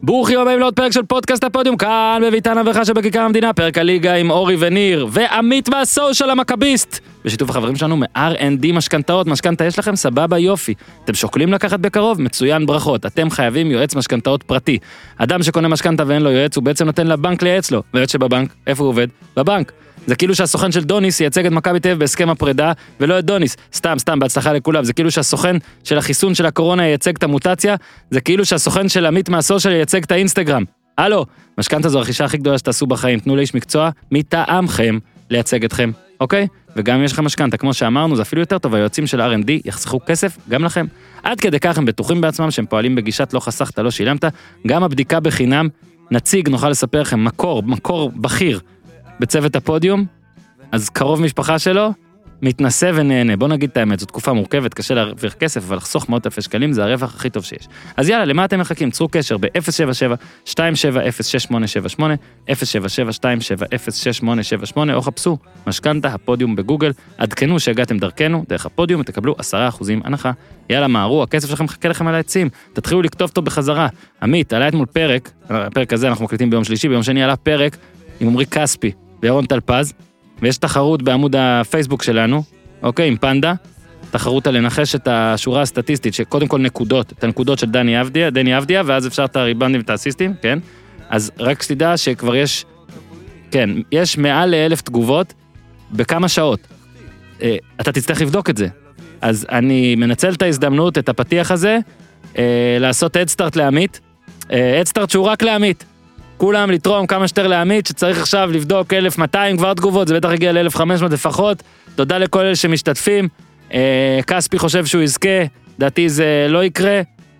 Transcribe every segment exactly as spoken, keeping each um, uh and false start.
ברוכים הבאים לעוד פרק של פודקאסט הפודיום, כאן בביתן המברכה שבכיכר המדינה, פרק הליגה עם אורי וניר, ועמית מהסושיאל המכביסט, בשיתוף החברים שלנו מ-אר אנד די משכנתאות. משכנתה יש לכם? סבבה, יופי. אתם שוקלים לקחת בקרוב? מצוין, ברכות. אתם חייבים יועץ משכנתאות פרטי. אדם שקונה משכנתה ואין לו יועץ, הוא בעצם נותן לבנק לייעץ לו. ויועץ שבבנק, איפה הוא עובד? בבנק. זה כאילו שהסוכן של דוניס ייצג את מכבי תל אביב בהסכם הפרידה, ולא את דוניס. סתם, סתם, בהצלחה לכולם. זה כאילו שהסוכן של החיסון של הקורונה ייצג את המוטציה, זה כאילו שהסוכן של עמית מהסושיאל ייצג את האינסטגרם. הלו, משכנתה זו הרכישה הכי גדולה שתעשו בחיים. תנו לאיש מקצוע מטעמכם לייצג אתכם, אוקיי? וגם אם יש לכם משכנתה, כמו שאמרנו, זה אפילו יותר טוב, היועצים של אר אנד די יחסכו כסף גם לכם. עד כדי כך הם בטוחים בעצמם שהם פועלים בגישת לא חסכת, לא שילמת. גם הבדיקה בחינם, נציג, נוכל לספר לכם, מקור, מקור בכיר בצוות הפודיום, אז קרוב משפחה שלו, מתנסה ונהנה. בוא נגיד את האמת, זו תקופה מורכבת, קשה להרוויח כסף, אבל לחסוך מאות אלפי שקלים, זה הרווח הכי טוב שיש. אז יאללה, למה אתם מחכים? צרו קשר ב-אפס שבע שבע שתיים שבע אפס שש שמונה שבע שמונה, אפס שבע שבע שתיים שבע אפס שש שמונה שבע שמונה, או חפשו משכנתה הפודיום בגוגל, עדכנו שהגעתם דרכנו, דרך הפודיום, ותקבלו עשרה אחוזים הנחה. יאללה, מהרו, הכסף שלכם מחכה לכם על העצים, תתחילו לכתוב אותו בחזרה. עמית, עלה אתמול פרק, הפרק הזה אנחנו מקליטים ביום שלישי, ביום שני עלה פרק עם עמרי כספי וירון טלפז, ויש תחרות בעמוד הפייסבוק שלנו, אוקיי, עם פנדה, תחרות על לנחש את השורה הסטטיסטית, שקודם כל נקודות, את הנקודות של דני אבדיה, דני אבדיה, ואז אפשר את הריבנדים ואת האסיסטים, כן? אז רק שתדע שכבר יש, כן, יש מעל לאלף תגובות בכמה שעות. אה, אתה תצטרך לבדוק את זה. אז אני מנצל את ההזדמנות, את הפתיח הזה, אה, לעשות הדסטארט לעמית, אה, הדסטארט שהוא רק לעמית. כולם לתרום כמה שתר לעמית, שצריך עכשיו לבדוק אלף מאתיים כבר תגובות, זה בטח הגיע ל-אלף וחמש מאות לפחות. תודה לכל אלה שמשתתפים. אה, כספי חושב שהוא יזכה, דעתי זה לא יקרה,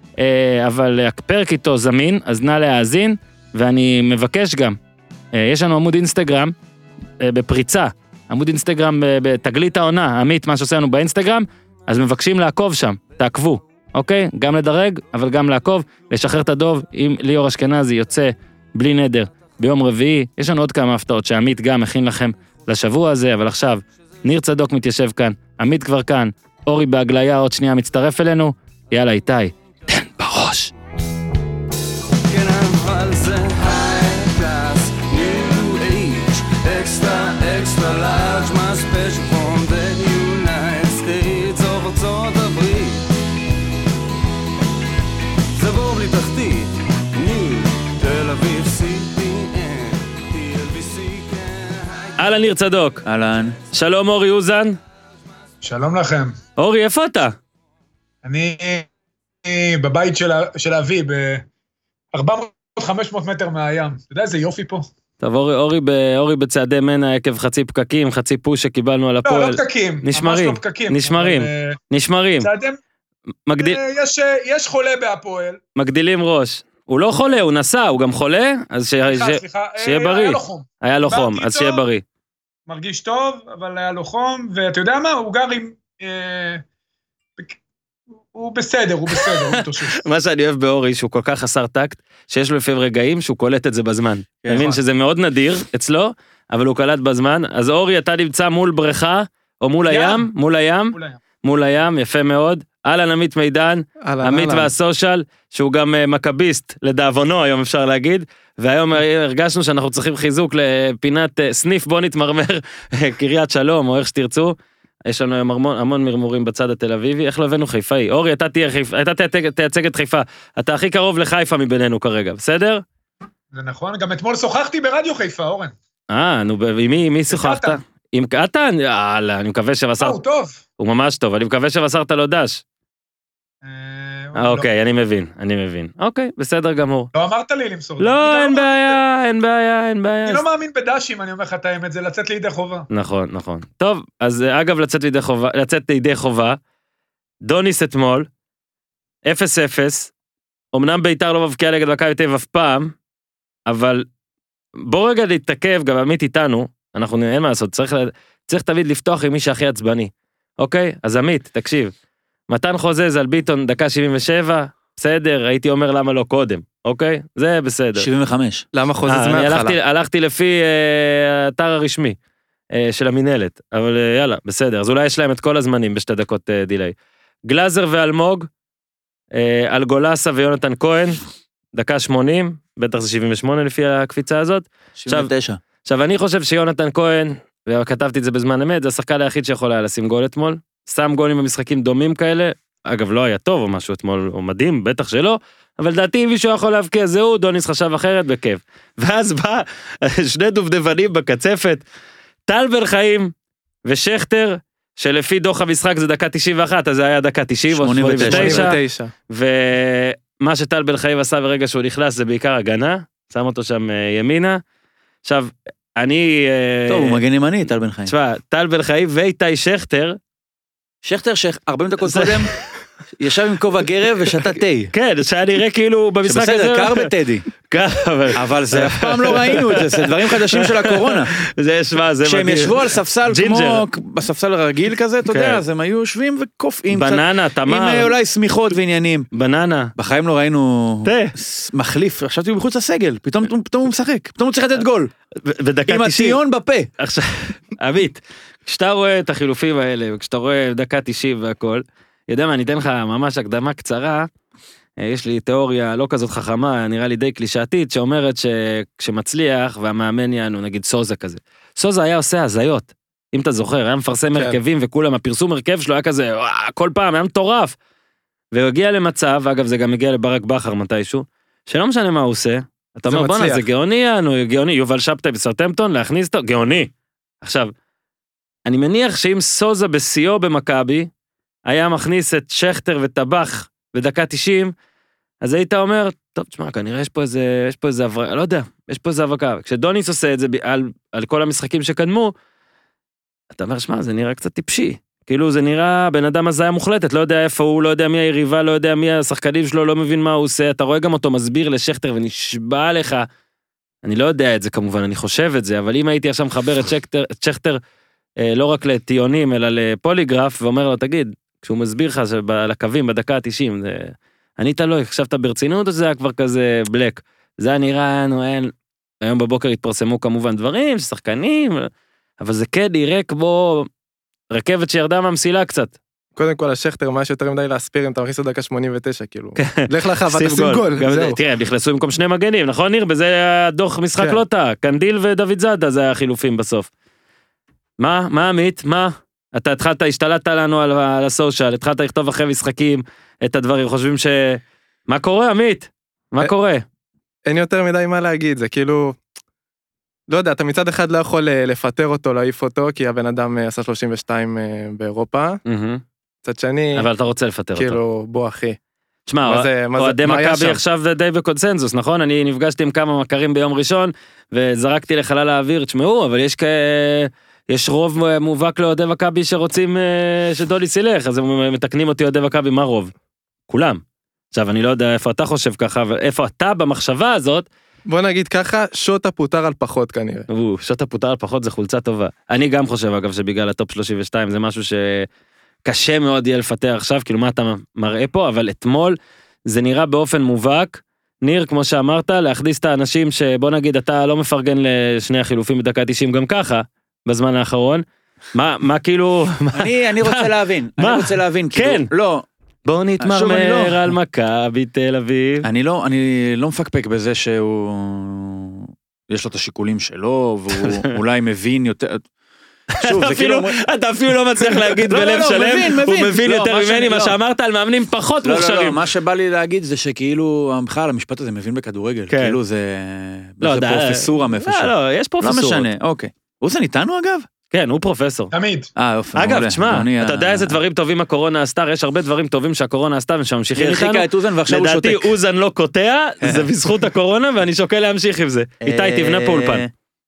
אה, אבל הפרק איתו זמין, אז נא להאזין, ואני מבקש גם, אה, יש לנו עמוד אינסטגרם אה, בפריצה, עמוד אינסטגרם אה, בתגלית העונה, עמית, מה שעושה לנו באינסטגרם, אז מבקשים לעקוב שם, תעקבו, אוקיי? גם לדרג, אבל גם לעקוב, לשחרר את הדוב, אם ליאור אשכנזי יוצא בלי נדר, ביום רביעי, יש לנו עוד כמה הפתעות שעמית גם מכין לכם לשבוע הזה, אבל עכשיו, ניר צדוק מתיישב כאן, עמית כבר כאן, אורי בהגליה עוד שנייה מצטרף אלינו, יאללה איתי, תן בראש. כן, אבל זה high class, new age, extra, extra large, my special from the United States, of ארצות הברית, זה בור בלי תחתית, תל אביב, סי פי אן, טי אל וי סי, אהלן ניר צדוק. אהלן. שלום אורי אוזן. שלום לכם. אורי, איפה אתה? אני בבית של, של אבי, ב-ארבע מאות חמש מאות מטר מהים. אתה יודע איזה יופי פה? טוב, אורי, אורי, אורי בצעדי מנה עקב חצי פקקים, חצי פוש שקיבלנו על הפועל. לא, לא פקקים. נשמרים, ממש לא פקקים. נשמרים, אבל, נשמרים. צעדים, מגדיל... יש, יש חולה בהפועל. מגדילים ראש. הוא לא חולה, הוא נסע, הוא גם חולה, אז ש... סליחה, ש... סליחה, שיהיה בריא. היה לו חום. היה לו חום, אז שיהיה בריא. מרגיש טוב, אבל היה לו חום, ואתה יודע מה, הוא גר עם... אה, הוא בסדר, הוא בסדר, הוא מתושש. מה שאני אוהב באורי, שהוא כל כך חסר טקט, שיש לו לפעמים רגעים שהוא קולט את זה בזמן. אתה מבין שזה מאוד נדיר אצלו, אבל הוא קלט בזמן. אז אורי, אתה נמצא מול בריכה, או מול הים, מול הים, מול הים, יפה מאוד. אהלן עמית מידן, עמית והסושיאל, שהוא גם מכביסט, לדאבונו היום אפשר להגיד, והיום הרגשנו שאנחנו צריכים חיזוק לפינת סניף בוא נתמרמר, קריית שלום, או איך שתרצו. יש לנו היום המון, המון מרמורים בצד התל אביבי. איך לא הבאנו חיפאי? אורי, אתה תהיה חיפה, אתה תייצג את חיפה. אתה הכי קרוב לחיפה מבינינו כרגע, בסדר? זה נכון, גם אתמול שוחחתי ברדיו חיפה, אורן. אה, נו, מי, מי שוחחת? עם קטן? יאללה, אני מקווה שבשרת... הוא טוב. הוא ממש טוב, אני מקווה שבשרת לו דש. אוקיי, אני מבין, אני מבין. אוקיי, בסדר גמור. לא אמרת לי למסור. לא, אין בעיה, אין בעיה, אין בעיה. אני לא מאמין בדשים, אני אומר לך את האמת, זה לצאת לידי חובה. נכון, נכון. טוב, אז אגב, לצאת לידי חובה, לצאת לידי חובה, דוניס אתמול, אפס אפס, אמנם ביתר לא מבקיע נגד מכבי תל אביב אף פעם, אבל בוא רגע להתעכב, גם עמית איתנו, אנחנו אין מה לעשות, צריך, צריך תמיד לפתוח עם מי שהכי עצבני. אוקיי? אז עמית, תקשיב. מתן חוזז על ביטון דקה שבעים ושבע, בסדר, הייתי אומר למה לא קודם, אוקיי? זה בסדר. שבעים וחמש. למה חוזז מההתחלה? מההתחלה? הלכתי, הלכתי לפי אה, האתר הרשמי אה, של המנהלת, אבל אה, יאללה, בסדר, אז אולי יש להם את כל הזמנים בשתי דקות אה, דילי. גלאזר ואלמוג, אה, על גולסה ויונתן כהן, דקה שמונים, בטח זה שבעים ושמונה לפי הקפיצה הזאת. שבעים ותשע. עכשיו, אני חושב שיונתן כהן, וכתבתי את זה בזמן אמת, זה השחקן היחיד שיכול היה לשים גול אתמול, שם גולים במשחקים דומים כאלה, אגב, לא היה טוב או משהו אתמול, או מדהים, בטח שלא, אבל לדעתי, אם מישהו יכול להבקיע, זהו, דוניס חשב אחרת בכיף. ואז בא שני דובדבנים בקצפת, טל בן חיים ושכטר, שלפי דוח המשחק זה דקה תשעים ואחת, אז זה היה דקה תשעים או שמונים ותשע, ומה שטל בן חיים עשה ברגע שהוא נכנס, זה בעיקר הגנה, שם אותו שם ימינה. עכשיו, אני... טוב, הוא מגן ימני, טל בן חיים. תשמע, טל בן חיים ואיתי שכטר, שכטר ש-ארבעים דקות קודם, ישב עם כובע גרב ושתה תה. כן, שהיה נראה כאילו במשחק הזה... שבסדר, קר בטדי. אבל זה אף פעם לא ראינו את זה, זה דברים חדשים של הקורונה. זה, שמה, זה כשהם ישבו על ספסל כמו, בספסל הרגיל כזה, אתה יודע, אז הם היו יושבים וקופאים. בננה, תמר. עם אולי סמיכות ועניינים. בננה. בחיים לא ראינו מחליף, חשבתי הוא מחוץ לסגל, פתאום הוא משחק, פתאום הוא צריך לתת גול. עם הציון בפה. עכשיו, עמית, כשאתה רואה את החילופים האלה, וכשאתה רואה דקה תשעים והכל, יודע מה, אני אתן לך ממש הקדמה קצרה, יש לי תיאוריה לא כזאת חכמה, נראה לי די קלישאתית, שאומרת שכשמצליח, והמאמן יענו, נגיד סוזה כזה, סוזה היה עושה הזיות, אם אתה זוכר, היה מפרסם הרכבים, וכולם, הפרסום הרכב שלו היה כזה, כל פעם, היה מטורף, והוא הגיע למצב, ואגב זה גם הגיע לברק בחר מתישהו, שלא משנה מה הוא עושה, אתה אומר, בוא נה, זה גאוני, יענו, גאוני, יובל שבתאי בסרטמפטון, להכניס אותו, גאוני. עכשיו, אני מניח שאם סוזה בסיוע במכבי, היה מכניס את שכטר וטבח בדקה תשעים, אז היית אומר, טוב, תשמע, כנראה יש פה איזה, יש פה איזה עברה, לא יודע, יש פה איזה אבקה. כשדוניס עושה את זה על, על כל המשחקים שקדמו, אתה אומר, שמע, זה נראה קצת טיפשי. כאילו זה נראה בן אדם הזיה מוחלטת, לא יודע איפה הוא, לא יודע מי היריבה, לא יודע מי השחקנים שלו, לא מבין מה הוא עושה, אתה רואה גם אותו מסביר לשכטר ונשבע לך, אני לא יודע את זה כמובן, אני חושב את זה, אבל אם הייתי עכשיו מחבר את שכטר, את שכטר אה, לא רק לטיונים, אלא לפוליגרף, ואומר לו, תגיד, כשהוא מסביר לך על הקווים בדקה ה-תשעים, זה... ענית לו, חשבת ברצינות, או זה היה כבר כזה בלק? זה היה נראה, נו, אין... היום בבוקר התפרסמו כמובן דברים, שחקנים, אבל זה כן נראה כמו רכבת שירדה מהמסילה קצת. קודם כל, השכטר, מה שיותר מדי להספיר, אם אתה מכניס לדקה שמונים ותשע, כאילו. לך לך, ותשים גול, זהו. תראה, הם נכנסו במקום שני מגנים, נכון ניר? בזה הדוח משחק לא טעה. קנדיל ודוד זאדה, זה היה חילופים בסוף. מה? מה עמית? מה? אתה התחלת, השתלטת לנו על, על הסושיאל, התחלת לכתוב אחרי משחקים את הדברים, חושבים ש... מה קורה, עמית? מה קורה? אין יותר מדי מה להגיד, זה כאילו... לא יודע, אתה מצד אחד לא יכול לפטר אותו, להעיף אותו, כי הבן אדם עשה שלושים ושתיים באירופה. מצד שני... אבל אתה רוצה לפטר אותו. כאילו, בוא אחי. תשמע, אוהדי מכבי עכשיו די בקונסנזוס, נכון? אני נפגשתי עם כמה מכרים ביום ראשון, וזרקתי לחלל האוויר, תשמעו, אבל יש כ... יש רוב מובהק לאוהדי מכבי שרוצים שדוניס ילך, אז הם מתקנים אותי אוהדי מכבי, מה רוב? כולם. עכשיו, אני לא יודע איפה אתה חושב ככה, אבל איפה אתה במחשבה הזאת... בוא נגיד ככה, שוטה פוטר על פחות כנראה. או, שוטה פוטר על פחות זה חולצה טובה. אני גם חושב, אגב, שבגלל הטופ שלושים ושתיים, זה משהו שקשה מאוד יהיה לפטר עכשיו, כאילו מה אתה מראה פה, אבל אתמול זה נראה באופן מובהק, ניר, כמו שאמרת, להכניס את האנשים שבוא נגיד, אתה לא מפרגן לשני החילופים בדקה תשעים גם ככה, בזמן האחרון. מה, מה כאילו... אני, אני רוצה להבין. אני רוצה להבין. כן. לא. בוא נתמרמר על מכבי תל אביב. אני לא, אני לא מפקפק בזה שהוא... יש לו את השיקולים שלו, והוא אולי מבין יותר... שוב, זה כאילו... אתה אפילו לא מצליח להגיד בלב שלם, הוא מבין יותר ממני מה שאמרת על מאמנים פחות מוכשרים. מה שבא לי להגיד זה שכאילו, בכלל המשפט הזה מבין בכדורגל, כאילו זה פרופסורה מאיפשהו. לא, לא, יש פרופסורה. לא משנה, אוקיי. אוזן איתנו אגב? כן, הוא פרופסור. תמיד. אגב, תשמע, אתה יודע איזה דברים טובים הקורונה עשתה, יש הרבה דברים טובים שהקורונה עשתה ושממשיכים איתנו. הרחיקה את אוזן ועכשיו הוא שותק. לדעתי אוזן לא קוטע, זה בזכות הקורונה ואני שוקל להמשיך עם זה. איתי, תבנה פה אולפן.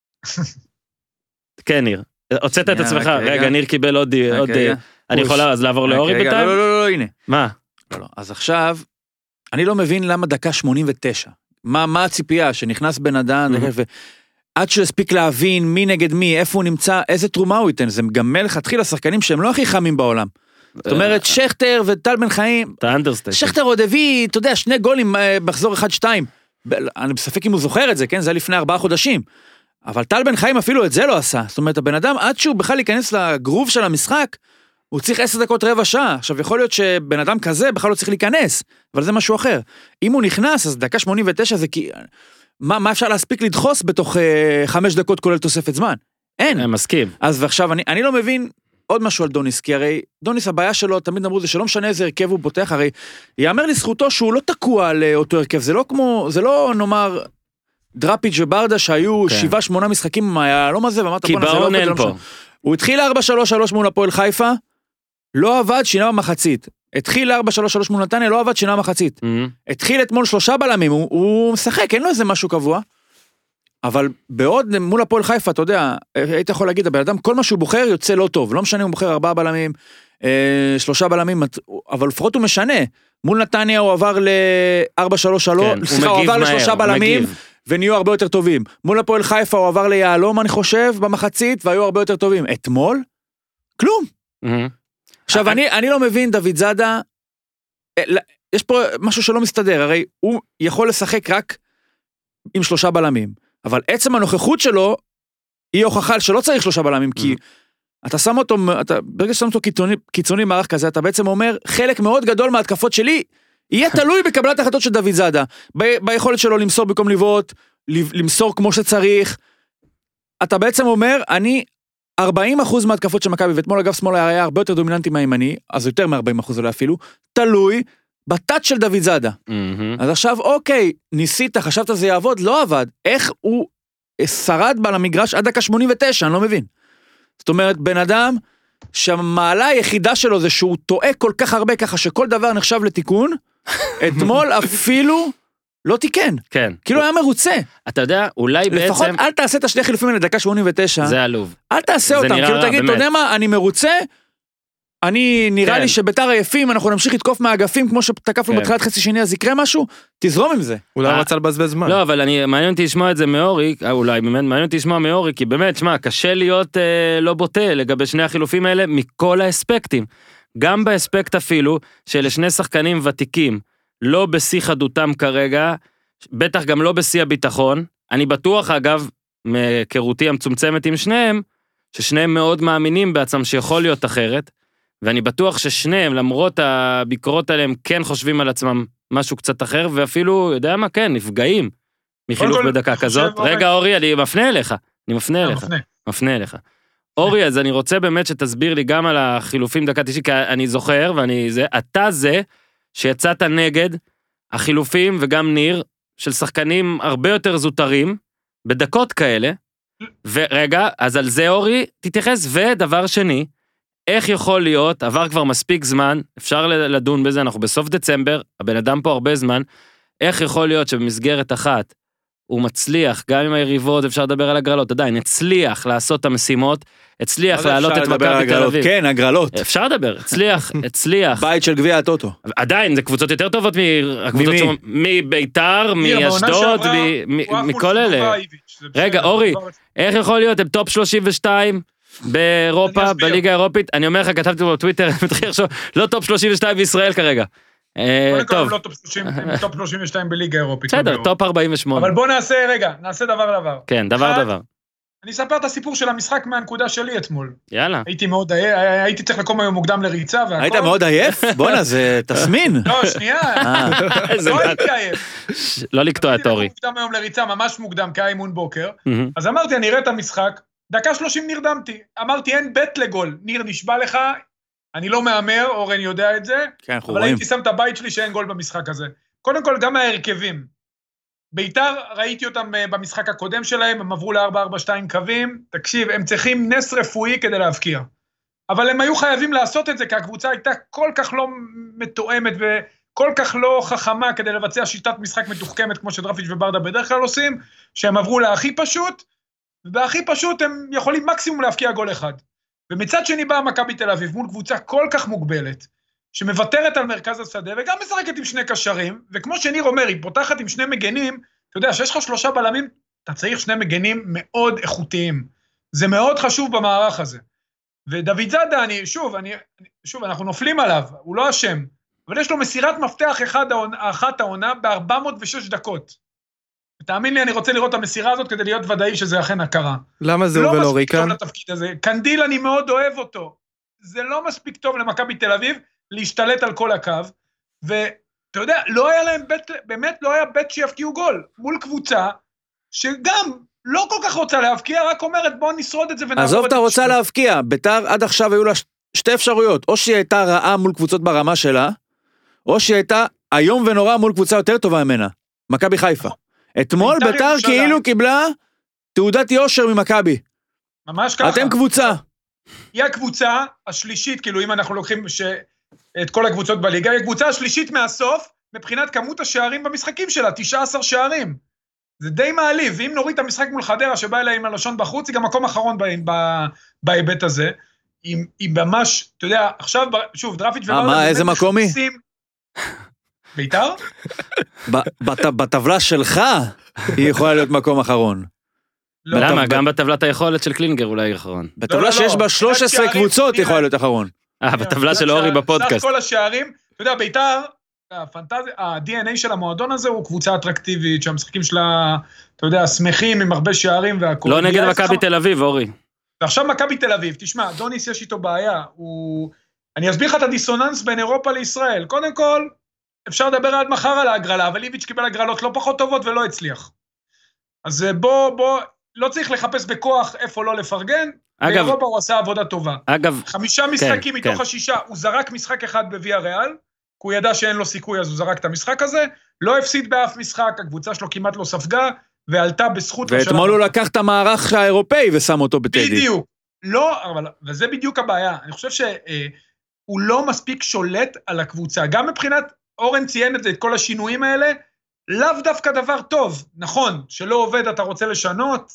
כן, ניר. הוצאת את עצמך, רגע, ניר קיבל עוד... אני יכולה אז לעבור לאורי בינתיים? לא, לא, לא, הנה. מה? אז עכשיו, אני לא מבין למה דקה שמונים ותשע. מה הציפייה שנכנס בן אדם עד שהוא הספיק להבין מי נגד מי, איפה הוא נמצא, איזה תרומה הוא ייתן, זה מגמל לכתחיל השחקנים שהם לא הכי חמים בעולם. זאת אומרת, שכטר וטל בן חיים, שכטר עוד הביא, אתה יודע, שני גולים בחזור אחד שתיים, אני בספק אם הוא זוכר את זה, כן, זה היה לפני ארבעה חודשים, אבל טל בן חיים אפילו את זה לא עשה, זאת אומרת, הבן אדם עד שהוא בכלל ייכנס לגרוב של המשחק, הוא צריך עשר דקות רבע שעה, עכשיו יכול להיות שבן אדם כזה בכלל לא צריך להיכנס, אבל זה משהו אחר. אם הוא נכנס, אז דקה שמונים ותשע זה כי, מה, מה אפשר להספיק לדחוס בתוך אה, חמש דקות כולל תוספת זמן? אין. אני מסכים. אז ועכשיו, אני, אני לא מבין עוד משהו על דוניס, כי הרי דוניס הבעיה שלו, תמיד אמרו זה שלא משנה איזה הרכב הוא פותח, הרי יאמר לזכותו שהוא לא תקוע על אותו הרכב, זה לא כמו, זה לא נאמר, דראפיץ' וברדה שהיו כן. שבעה שמונה משחקים מהיעלום הזה, ואמרת בוא נזה לא עובד, לא משנה. הוא התחיל ארבע שלוש שלוש מול הפועל חיפה, לא עבד, שינה במחצית. התחיל ארבע שלוש שלוש מול נתניה, לא עבד, שינה במחצית. Mm-hmm. התחיל אתמול שלושה בלמים, הוא, הוא משחק, אין לו איזה משהו קבוע, אבל בעוד מול הפועל חיפה, אתה יודע, היית יכול להגיד, הבן אדם, כל מה שהוא בוחר יוצא לא טוב, לא משנה אם הוא בוחר ארבעה בלמים, אה, שלושה בלמים, אבל לפחות הוא משנה. מול נתניה הוא עבר ל-ארבע שלוש שלוש, כן, סליחה, הוא, הוא עבר לשלושה בלמים, ונהיו הרבה יותר טובים. מול הפועל חיפה הוא עבר ליעלום, אני חושב, במחצית, והיו הרבה יותר טובים. אתמול, כלום. Mm-hmm. עכשיו, אני, אני לא מבין, דוד זאדה, יש פה משהו שלא מסתדר, הרי הוא יכול לשחק רק עם שלושה בלמים, אבל עצם הנוכחות שלו, היא הוכחה שלא צריך שלושה בלמים, כי אתה שם אותו, אתה, ברגע ששם אותו קיצוני, קיצוני מערך כזה, אתה בעצם אומר, חלק מאוד גדול מההתקפות שלי, יהיה תלוי בקבלת החלטות של דוד זאדה, ב- ביכולת שלו למסור במקום לבעוט, למסור כמו שצריך, אתה בעצם אומר, אני ארבעים אחוז מההתקפות של מכבי, ואתמול אגב שמאל היה הרבה יותר דומיננטי מהימני, אז יותר מ-ארבעים אחוז אולי אפילו, תלוי בטאץ' של דוד זאדה. Mm-hmm. אז עכשיו, אוקיי, ניסית, חשבת זה יעבוד, לא עבד. איך הוא שרד בה למגרש עד דקה שמונים ותשע, אני לא מבין. זאת אומרת, בן אדם שהמעלה היחידה שלו זה שהוא טועה כל כך הרבה ככה שכל דבר נחשב לתיקון, אתמול אפילו לא תיקן. כן. כאילו היה מרוצה. אתה יודע, אולי בעצם... לפחות אל תעשה את השני חילופים האלה דקה שמונים ותשע. זה עלוב. אל תעשה אותם. כאילו תגיד, אתה יודע מה, אני מרוצה, אני נראה לי שביתר עייפים, אנחנו נמשיך לתקוף מהאגפים, כמו שתקפנו בתחילת חצי שני, אז יקרה משהו, תזרום עם זה. אולי רצה לבזבז זמן. לא, אבל אני, מעניין אותי לשמוע את זה מאורי, אולי באמת, מעניין אותי לשמוע מאורי, כי באמת, שמע, קשה להיות אה, לא בוטה לגבי שני החילופים האלה, מכל האספקטים. גם באספקט אפילו, שלשני שחקנים ותיקים, לא בשיא חדותם כרגע, בטח גם לא בשיא הביטחון, אני בטוח, אגב, מהיכרותי המצומצמת עם שניהם, ששניהם מאוד מאמינים בעצמם שיכול להיות אחרת, ואני בטוח ששניהם, למרות הביקורות עליהם, כן חושבים על עצמם משהו קצת אחר, ואפילו, יודע מה, כן, נפגעים מחילוף בדקה כזאת. רגע, אורי, אני מפנה אליך, אני מפנה אליך, מפנה אליך. אורי, אז אני רוצה באמת שתסביר לי גם על החילופים דקה תשעים, כי אני זוכר, ואני זה, אתה זה שיצאת נגד החילופים, וגם ניר, של שחקנים הרבה יותר זוטרים, בדקות כאלה, ורגע, אז על זה אורי, תתייחס, ודבר שני, איך יכול להיות, עבר כבר מספיק זמן, אפשר לדון בזה, אנחנו בסוף דצמבר, הבן אדם פה הרבה זמן, איך יכול להיות שבמסגרת אחת, הוא מצליח, גם עם היריבות, אפשר לדבר על הגרלות, עדיין, הצליח לעשות את המשימות, הצליח להעלות את מכבי תל אביב. כן, הגרלות. אפשר לדבר, הצליח, הצליח. בית של גביע הטוטו. עדיין, זה קבוצות יותר טובות מביתר, מאשדוד, מכל אלה. רגע, אורי, איך יכול להיות, הם טופ שלושים ושתיים, באירופה, בליגה האירופית, אני אומר לך, כתבתי בטוויטר, לא טופ שלושים ושתיים בישראל כרגע. טוב. לא טופ שלושים ושתיים בליגה האירופית. בסדר, טופ ארבעים ושמונה. אבל בוא נעשה, רגע, נעשה דבר דבר. כן, דבר דבר. אני אספר את הסיפור של המשחק מהנקודה שלי אתמול. יאללה. הייתי מאוד, הייתי צריך לקום היום מוקדם לריצה והכל. היית מאוד עייף? בוא'נה, זה תסמין. לא, שנייה. לא הייתי עייף. לא לקטוע את אורי. הייתי מוקדם היום לריצה, ממש מוקדם, כי היה אימון בוקר. אז אמרתי, אני אראה את המשחק. דקה שלושים נרדמתי. אמרתי, אין בית לגול. ניר, נשבע לך, אני לא מאמר, אורן יודע את זה, כן, אבל רואים. הייתי שם את הבית שלי שאין גול במשחק הזה. קודם כל, גם ההרכבים. ביתר, ראיתי אותם במשחק הקודם שלהם, הם עברו ל-ארבע ארבע שתיים קווים, תקשיב, הם צריכים נס רפואי כדי להבקיע. אבל הם היו חייבים לעשות את זה, כי הקבוצה הייתה כל כך לא מתואמת, וכל כך לא חכמה כדי לבצע שיטת משחק מתוחכמת, כמו שדרפיץ' וברדה בדרך כלל עושים, שהם עברו להכי פשוט, והכי פשוט הם יכולים מקסימום להבקיע גול אחד. ומצד שני באה מכבי תל אביב, מול קבוצה כל כך מוגבלת, שמוותרת על מרכז השדה, וגם משחקת עם שני קשרים, וכמו שניר אומר, היא פותחת עם שני מגנים, אתה יודע, שיש לך שלושה בלמים, אתה צריך שני מגנים מאוד איכותיים. זה מאוד חשוב במערך הזה. ודוד זאדה, אני, שוב, אני, שוב, אנחנו נופלים עליו, הוא לא אשם, אבל יש לו מסירת מפתח אחד, אחת העונה, ב-ארבע מאות ושש דקות. תאמין לי, אני רוצה לראות את המסירה הזאת, כדי להיות ודאי שזה אכן הכרה. למה זה הוא ולא ריקן? קנדיל, אני מאוד אוהב אותו. זה לא מספיק טוב למכבי תל אביב להשתלט על כל הקו, ואתה יודע, לא היה להם בית, באמת לא היה בית שיפקיעו גול, מול קבוצה שגם לא כל כך רוצה להבקיע, רק אומרת בוא נשרוד את זה ונעבור את זה. עזוב, אתה רוצה להבקיע, ביתר עד עכשיו היו לה שתי אפשרויות, או שהיא הייתה רעה מול קבוצות ברמה שלה, או שהיא הייתה היום ונורא מול קבוצה יותר טובה ממנה, מכבי חיפה. אתמול ביתר כאילו קיבלה תעודת יושר ממכבי. ממש ככה. אתם קבוצה. היא הקבוצה השלישית, כאילו אם אנחנו לוקחים ש... את כל הקבוצות בליגה, היא הקבוצה השלישית מהסוף, מבחינת כמות השערים במשחקים שלה, תשעה עשר שערים. זה די מעליב, ואם נוריד את המשחק מול חדרה, שבא אליה עם הלשון בחוץ, היא גם מקום אחרון בהיבט הזה. היא, היא ממש, אתה יודע, עכשיו, שוב, דרפיץ' וברדה... מה, איזה מקום היא? ביתר? בטבלה שלך, היא יכולה להיות מקום אחרון. למה? גם בטבלת היכולת של קלינגר אולי אחרון. בטבלה שיש בה שלוש עשרה קבוצות, היא יכולה להיות אחרון. אה, בטבלה של אורי בפודקאסט. סך כל השערים, אתה יודע, ביתר, ה-די אן איי של המועדון הזה הוא קבוצה אטרקטיבית, שהמשחקים שלה, אתה יודע, שמחים עם הרבה שערים והכל. לא נגד מכבי תל אביב, אורי. ועכשיו מכבי תל אביב, תשמע, דוניס יש איתו בעיה, הוא... אני אסביר לך את הדיסוננס בין אירופה לישראל. קודם כל, אפשר לדבר עד מחר על ההגרלה, אבל ליביץ' קיבל הגרלות לא פחות טובות ולא הצליח. אז בוא, בוא, לא צריך לחפש בכוח איפה לא לפרגן, אגב, באירופה הוא עשה עבודה טובה. אגב, חמישה משחקים כן, מתוך כן. השישה, הוא זרק משחק אחד בוויה ריאל, כי הוא ידע שאין לו סיכוי, אז הוא זרק את המשחק הזה, לא הפסיד באף משחק, הקבוצה שלו כמעט לא ספגה, ועלתה בזכות... ואתמול הוא לקח את המערך האירופאי ושם אותו בטדי. בדיוק. לא, אבל, וזה בדיוק הבעיה. אני חושב שהוא לא מספיק שולט על הקבוצה. גם מבחינת, אורן ציין את זה, את כל השינויים האלה, לאו דווקא דבר טוב. נכון, שלא עובד, אתה רוצה לשנות,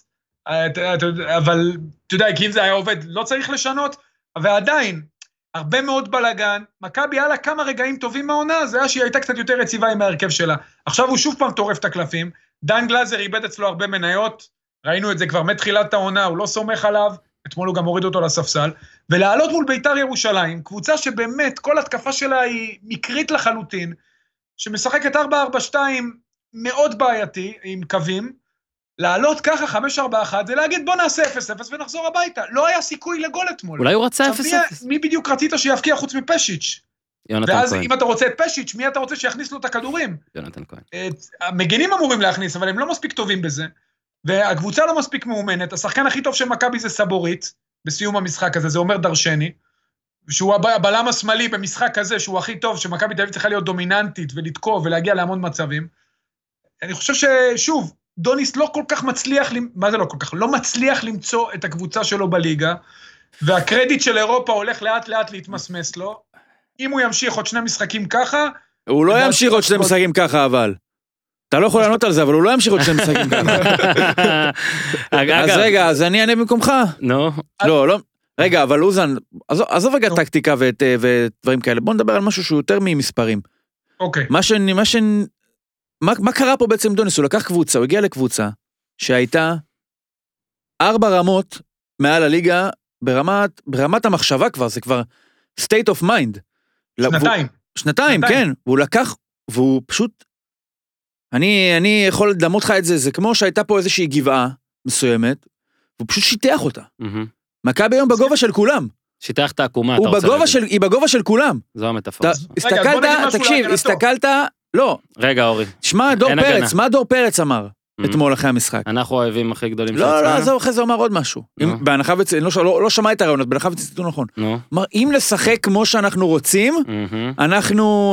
אבל, אתה יודע, כי אם זה היה עובד, לא צריך לשנות, ועדיין, הרבה מאוד בלגן, מכבי היה לה כמה רגעים טובים מהעונה, זה היה שהיא הייתה קצת יותר יציבה עם ההרכב שלה. עכשיו הוא שוב פעם טורף את הקלפים, דן גלזר איבד אצלו הרבה מניות, ראינו את זה כבר מתחילת העונה, הוא לא סומך עליו, אתמול הוא גם הוריד אותו לספסל, ולעלות מול ביתר ירושלים, קבוצה שבאמת כל התקפה שלה היא מקרית לחלוטין, שמשחקת ארבע ארבע שתיים מאוד בעייתי, עם קווים, לעלות ככה חמש ארבע אחת, זה להגיד בוא נעשה אפס אפס ונחזור הביתה, לא היה סיכוי לגול אתמול. אולי הוא רצה אפס אפס. מי בדיוק רצית שיפקיע חוץ מפשיץ'? יונתן ואז כהן. אם אתה רוצה את פשיץ', מי אתה רוצה שיכניס לו את הכדורים? יונתן כהן. המגנים אמורים להכניס, אבל הם לא מספיק טובים בזה, והקבוצה לא מספיק מאומנת, השחקן הכי טוב של מכבי זה סבורית, בסיום המשחק הזה, זה אומר דרשני, שהוא הבלם השמאלי במשחק הזה, שהוא הכי טוב, שמכבי תל אביב צריכה להיות דומיננטית, ולתקוף ולהגיע להמון מצבים. אני חושב ששוב, דוניס לא כל כך מצליח, מה זה לא כל כך? לא מצליח למצוא את הקבוצה שלו בליגה, והקרדיט של אירופה הולך לאט לאט להתמסמס לו. אם הוא ימשיך עוד שני משחקים ככה... הוא לא ימשיך עוד שני משחקים ככה, אבל... אתה לא יכול לענות על זה, אבל הוא לא ימשיך עוד שני משחקים ככה. אז רגע, אז אני אענה במקומך. נו. לא, לא... רגע, אבל אוזן, עזוב רגע טקטיקה ודברים כאלה, בוא נדבר על משהו שהוא יותר ממספרים. אוקיי. מה ש... מה ש... מה, מה קרה פה בעצם דוניס? הוא לקח קבוצה, הוא הגיע לקבוצה שהייתה ארבע רמות מעל הליגה, ברמת, ברמת המחשבה כבר, זה כבר state of mind. שנתיים. שנתיים, כן. והוא לקח, והוא פשוט, אני, אני יכול לדמות לך את זה, זה כמו שהייתה פה איזושהי גבעה מסוימת, והוא פשוט שיטח אותה. מכבי היום בגובה של כולם. שיטח את העקומה, אתה רוצה להגיד. היא בגובה של כולם. זו המטאפורה. הסתכלת, תקשיב, הסתכלת, לא. רגע, אורי. שמע, דור פרץ, מה דור פרץ אמר אתמול אחרי המשחק? אנחנו אוהבים הכי גדולים של עצמנו. לא, לא, זהו, אחרי זה אומר עוד משהו. בהנחה וצ... לא שמע את הרעיונות, בהנחה וציטטו נכון. אמר, אם לשחק כמו שאנחנו רוצים, אנחנו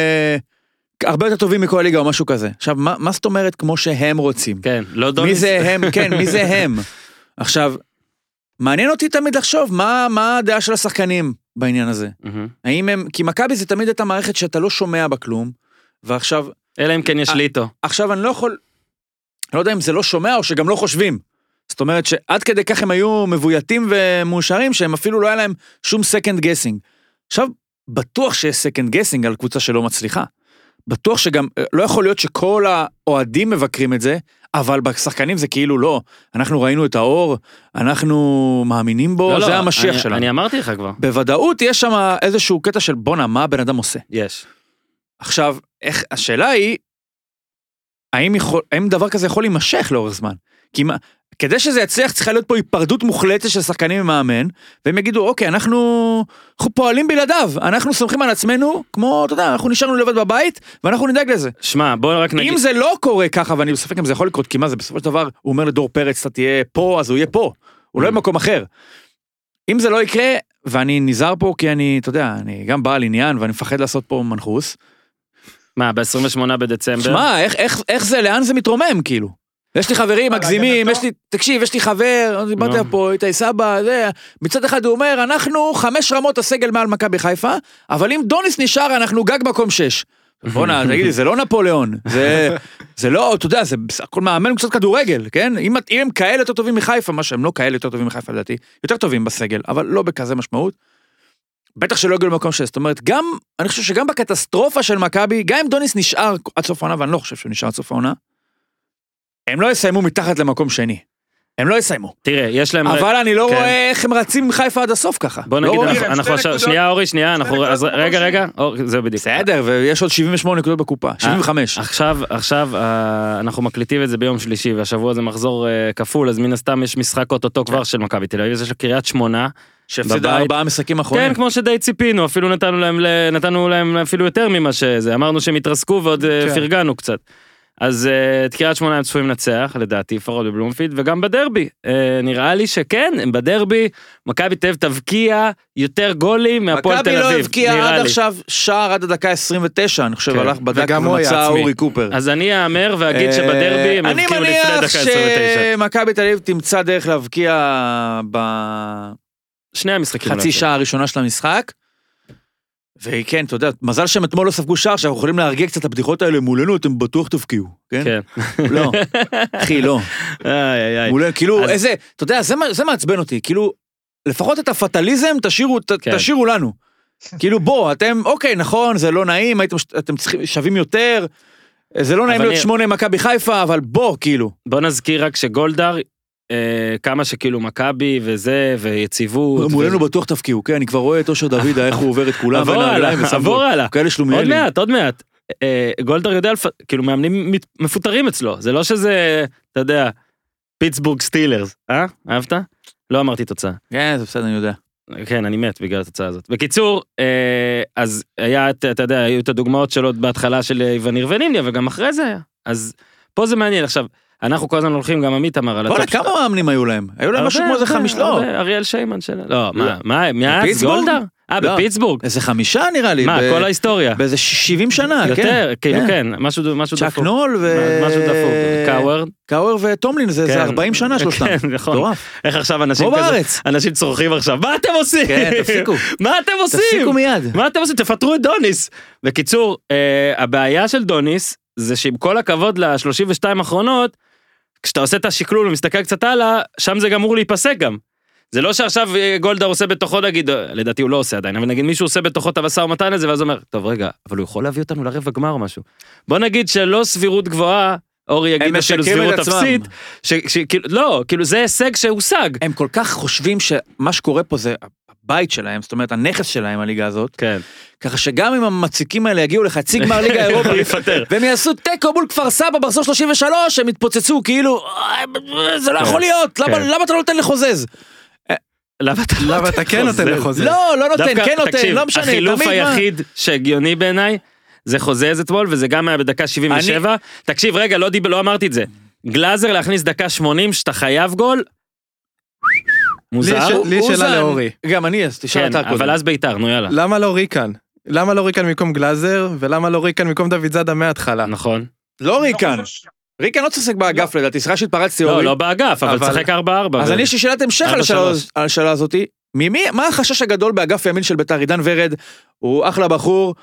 הרבה יותר טובים מכל הליגה או משהו כזה. עכשיו, מה זאת אומרת כמו שהם רוצים? כן, לא דוניס. מי זה הם? כן, מי זה הם? עכשיו, מעניין אותי תמיד לחשוב, מה הדעה של השחקנים בעניין הזה? האם הם... כי מכבי זה תמיד את המערכת שאתה לא שומע בכלום, ועכשיו... אלא אם כן יש לי איתו. עכשיו אני לא יכול... אני לא יודע אם זה לא שומע או שגם לא חושבים. זאת אומרת שעד כדי כך הם היו מבויתים ומאושרים, שהם אפילו לא היה להם שום second guessing. עכשיו, בטוח שיש second guessing על קבוצה שלא מצליחה. בטוח שגם, לא יכול להיות שכל האוהדים מבקרים את זה, אבל בשחקנים זה כאילו לא. אנחנו ראינו את האור, אנחנו מאמינים בו, לא, זה לא, המשיח אני, שלנו. אני אמרתי לך כבר. בוודאות יש שם איזשהו קטע של בונה, מה הבן אדם עושה? יש. עכשיו, איך, השאלה היא, האם, יכול, האם דבר כזה יכול להימשך לאורך זמן? כי מה, כדי שזה יצליח, צריכה להיות פה היפרדות מוחלטת של שחקנים ומאמן, והם יגידו, אוקיי, אנחנו, אנחנו פועלים בלעדיו, אנחנו סומכים על עצמנו, כמו, אתה יודע, אנחנו נשארנו לבד בבית, ואנחנו נדאג לזה. שמע, בוא רק נגיד... אם זה לא קורה ככה, ואני בספק אם זה יכול לקרות, כי מה זה, בסופו של דבר, הוא אומר לדור פרץ, אתה תהיה פה, אז הוא יהיה פה, הוא לא יהיה במקום אחר. אם זה לא יקרה, ואני נזהר פה, כי אני, אתה יודע, אני גם בעל עניין, ואני מפחד לעשות פה מנחוס. מה, ב-עשרים ושמונה בדצמבר? שמע, איך, איך, איך זה, לאן זה מתרומם, כאילו? יש לי חברים מגזימים, יש לי, תקשיב, יש לי חבר, דיברתי פה, איתי סבא, זה, מצד אחד הוא אומר, אנחנו חמש רמות הסגל מעל מכבי חיפה, אבל אם דוניס נשאר, אנחנו גג מקום שש. בוא נע, תגיד לי, זה לא נפוליאון, זה, זה לא, אתה יודע, זה הכל מאמן קצת כדורגל, כן? אם, אם הם כאלה יותר טובים מחיפה, מה שהם לא כאלה יותר טובים מחיפה, לדעתי, יותר טובים בסגל, אבל לא בכזה משמעות, בטח שלא יגיעו למקום שש, זאת אומרת, גם, אני חושב שגם בקטסטרופה של מכבי, גם אם דוניס נשאר עד סוף העונה, ואני לא חושב שהוא נשאר עד סוף העונה, הם לא יסיימו מתחת למקום שני. הם לא יסיימו. תראה, יש להם... אבל אני לא רואה איך הם רצים מחיפה עד הסוף ככה. בוא נגיד, אנחנו עכשיו... שנייה, אורי, שנייה, אנחנו... רגע, רגע, זה בדיוק. בסדר, ויש עוד שבעים ושמונה נקודות בקופה, שבעים וחמש. עכשיו, עכשיו, אנחנו מקליטים את זה ביום שלישי, והשבוע זה מחזור כפול, אז מן הסתם יש משחק אוטוטו כבר של מכבי תל אביב, יש קריית שמונה. שהפסידה ארבעה משחקים אחרונים. כן, כמו שדי ציפינו, אפילו נתנו להם, נתנו להם אפילו יותר ממה שזה. אמרנו שהם התרסקו ועוד פרגנו קצת. אז את קריית שמונה הם צפויים לנצח, לדעתי, לפחות בבלומפילד, וגם בדרבי. נראה לי שכן, בדרבי, מכבי תל אביב תבקיע יותר גולים מהפועל תל אביב. מכבי לא הבקיע עד עכשיו שער עד הדקה עשרים ותשע, אני חושב, הלך בדק ומצא אורי קופר. אז אני אאמר ואגיד שבדרבי הם הבקיעו לפני דקה עשרים ותשע. אני מניח שמכבי תל אביב תמצא דרך להבקיע ב... שני המשחקים. חצי שעה הראשונה של המשחק. וכן, אתה יודע, מזל שהם אתמול לא ספגו שער, שאנחנו יכולים להרגיע קצת הבדיחות האלה מולנו, אתם בטוח תפקיעו, כן? כן. לא, אחי, לא. מולנו, כאילו, איזה, אתה יודע, זה מעצבן אותי, כאילו, לפחות את הפטליזם תשאירו לנו. כאילו, בוא, אתם, אוקיי, נכון, זה לא נעים, אתם שווים יותר, זה לא נעים להיות שמונה מכבי חיפה, אבל בוא, כאילו. בוא נזכיר רק שגולדהר, כמה שכאילו מכבי וזה ויציבות. מולנו בטוח תפקיעו, כן, אני כבר רואה את אושר דוד, איך הוא עובר את כולם. עבור עלה, עבור עלה. כאלה שלומיאלים. עוד מעט, עוד מעט. גולדהר יודע, כאילו מאמנים מפוטרים אצלו, זה לא שזה, אתה יודע, פיטסבורג סטילרס, אה? אהבת? לא אמרתי תוצאה. כן, זה בסדר, אני יודע. כן, אני מת בגלל התוצאה הזאת. בקיצור, אז היה, אתה יודע, היו את הדוגמאות שלו בהתחלה של איווניר ונימניה, וגם אחרי זה היה. אז פה זה מעניין, עכשיו, אנחנו כל הזמן הולכים, גם עמית אמר על הטופ. כמה מאמנים היו להם? היו להם משהו כמו איזה חמיש, לא. אריאל שיימן שלה. לא, מה, מה, מאז גולדהר? אה, בפיטסבורג. איזה חמישה נראה לי. מה, כל ההיסטוריה? באיזה שבעים שנה, כן. יותר, כאילו כן, משהו דפוק. צ'אק נול ו... משהו דפוק. קאוור. קאוור וטומלין, זה ארבעים שנה שלושתם. כן, נכון. איך עכשיו אנשים כזה, אנשים צורכים עכשיו, מה אתם עושים? כן, תפסיקו. מה אתם עושים? תפסיקו מיד. מה אתם עושים? תפטרו את דוניס. בקיצור, הבעיה של דוניס, זה שעם כל הכבוד ל-שלושים ושתיים האחרונות, כשאתה עושה את השקלול ומסתכל קצת הלאה, שם זה גם אמור להיפסק גם. זה לא שעכשיו גולדהר עושה בתוכו, נגיד, לדעתי הוא לא עושה עדיין, אבל נגיד מישהו עושה בתוכו את המשא ומתן הזה, ואז הוא אומר, טוב רגע, אבל הוא יכול להביא אותנו לרבע גמר או משהו. בוא נגיד שלא סבירות גבוהה, אורי יגיד אפילו סבירות אפסית, לא, כאילו זה הישג שהושג. הם כל כך חושבים שמה שקורה פה זה הבית שלהם, זאת אומרת הנכס שלהם הליגה הזאת, כן. ככה שגם אם המציקים האלה יגיעו לחצי גמר ליגה האירופית, והם יעשו טקו מול כפר סבא במחזור שלושים ושלוש, הם יתפוצצו כאילו, זה לא יכול להיות, למה אתה לא נותן לחוזז? למה אתה כן נותן לחוזז? לא, לא נותן, כן נותן, לא משנה. החילוף היחיד שהגיוני בעיניי, זה חוזז אתמול, וזה גם היה בדקה שבעים ושבע. תקשיב, רגע, לא אמרתי את זה. גלאזר להכניס דקה שמונים, שאתה חייב גול, מוזר. לי שאלה לאורי. גם אני, אז תשאל אתה קודם. אבל אז ביתר, נו יאללה. למה לא ריקן? למה לא ריקן במקום גלאזר, ולמה לא ריקן במקום דוד זאדה מההתחלה? נכון. לא ריקן. ריקן לא צחק באגף לדעתי, סליחה שהתפרצתי אורי. לא, לא באגף, אבל צחק ארבע ארבע. אז אני יש לי שאלת המשך על השאלה הזאת. ממי, מה החשש הגדול באגף ימין של ביתר? עידן ורד, הוא אחלה בחור.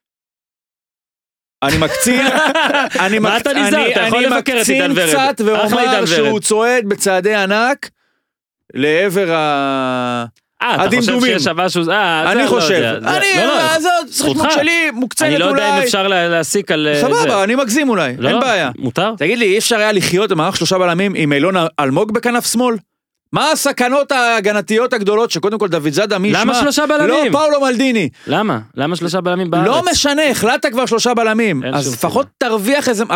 אני מקצין, אני מקצין קצת ואומר שהוא צועד בצעדי ענק לעבר ה... אה, אתה חושב שיש משהו... אני חושב. אני, זאת זכות שלי מוקצנת אולי. אני לא יודע אם אפשר להסיק על... סבבה, אני מגזים אולי, אין בעיה. מותר? תגיד לי, אי אפשר היה לחיות במערך שלושה בלמים עם אילון אלמוג בכנף שמאל? מה הסכנות ההגנתיות הגדולות שקודם כל דוד זאדה מי ישמע? למה שלושה בלמים? לא פאולו מלדיני. למה? למה שלושה בלמים בארץ? לא משנה, החלטת כבר שלושה בלמים. אז לפחות תרוויח איזה... הרי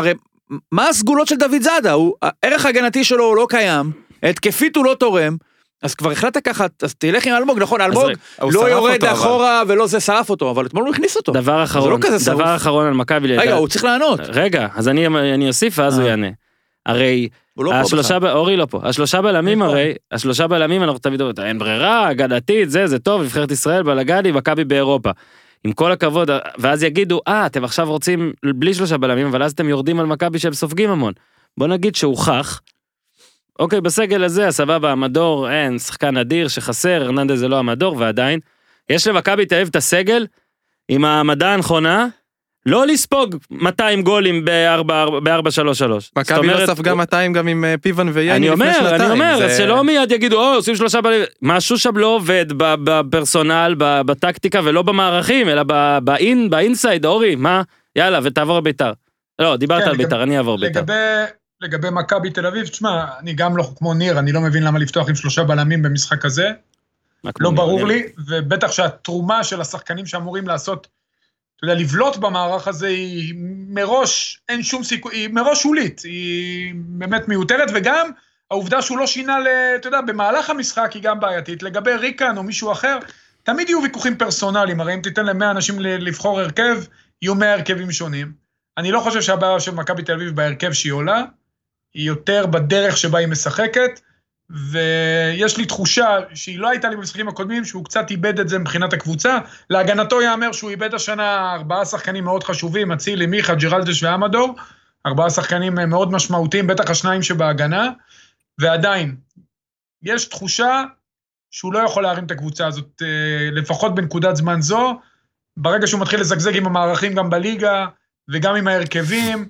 מה הסגולות של דוד זאדה? הערך הגנתי שלו הוא לא קיים, התקפית הוא לא תורם, אז כבר החלטת ככה, אז תלך עם אלמוג, נכון, אלמוג לא יורד אחורה ולא זה שרף אותו, אבל אתמול הוא הכניס אותו. דבר אחרון, דבר אחרון על מכבי. רגע, הוא צריך לענות. רגע, אז אני אוסיף ואז הוא יענה. הרי, השלושה, אורי לא פה, השלושה בלמים הרי, השלושה בלמים אנחנו תמיד אומרים, אין ברירה, הגנתית, זה, זה טוב, נבחרת ישראל, בלגני, מכבי באירופה. עם כל הכבוד, ואז יגידו, אה, אתם עכשיו רוצים בלי שלושה בלמים, אבל אז אתם יורדים על מכבי שהם סופגים המון. בוא נגיד שהוכח, אוקיי, בסגל הזה, הסבבה, המדור, אין, שחקן אדיר שחסר, הרננדז זה לא המדור, ועדיין, יש למכבי תל אביב את הסגל, עם המדע הנכונה, לא לספוג מאתיים גולים ב-ארבע שלוש שלוש. מכבי לא ספגה מאתיים גם עם פיוון וייני לפני שנתיים. אני אומר, אני אומר, אז שלא מיד יגידו, או, עושים שלושה בלמים, משהו שם לא עובד בפרסונל, בטקטיקה, ולא במערכים, אלא באינסייד, אורי, מה? יאללה, ותעבור ביתר. לא, דיברת על ביתר, אני אעבור ביתר. לגבי מכבי תל אביב, תשמע, אני גם לא כמו ניר, אני לא מבין למה לפתוח עם שלושה בלמים במשחק הזה, לא ברור לי, ובטח שהתרומה של השחקנים שאמורים לעשות, אתה יודע, לבלוט במערך הזה, היא מראש, אין שום סיכוי, היא מראש שולית, היא באמת מיותרת, וגם העובדה שהוא לא שינה, אתה יודע, במהלך המשחק היא גם בעייתית, לגבי ריקן או מישהו אחר, תמיד יהיו ויכוחים פרסונליים, הרי אם תיתן למאה אנשים לבחור הרכב, יהיו מאה הרכבים שונים. אני לא חושב שהבעיה של מכבי תל אביב בהרכב שהיא עולה, היא יותר בדרך שבה היא משחקת, ויש לי תחושה שהיא לא הייתה לי במשחקים הקודמים, שהוא קצת איבד את זה מבחינת הקבוצה, להגנתו יאמר שהוא איבד השנה ארבעה שחקנים מאוד חשובים, אצילי, מיכה, ג'רלדש ואמדור, ארבעה שחקנים מאוד משמעותיים, בטח השניים שבהגנה, ועדיין, יש תחושה שהוא לא יכול להרים את הקבוצה הזאת, לפחות בנקודת זמן זו, ברגע שהוא מתחיל לזגזג עם המערכים גם בליגה, וגם עם ההרכבים,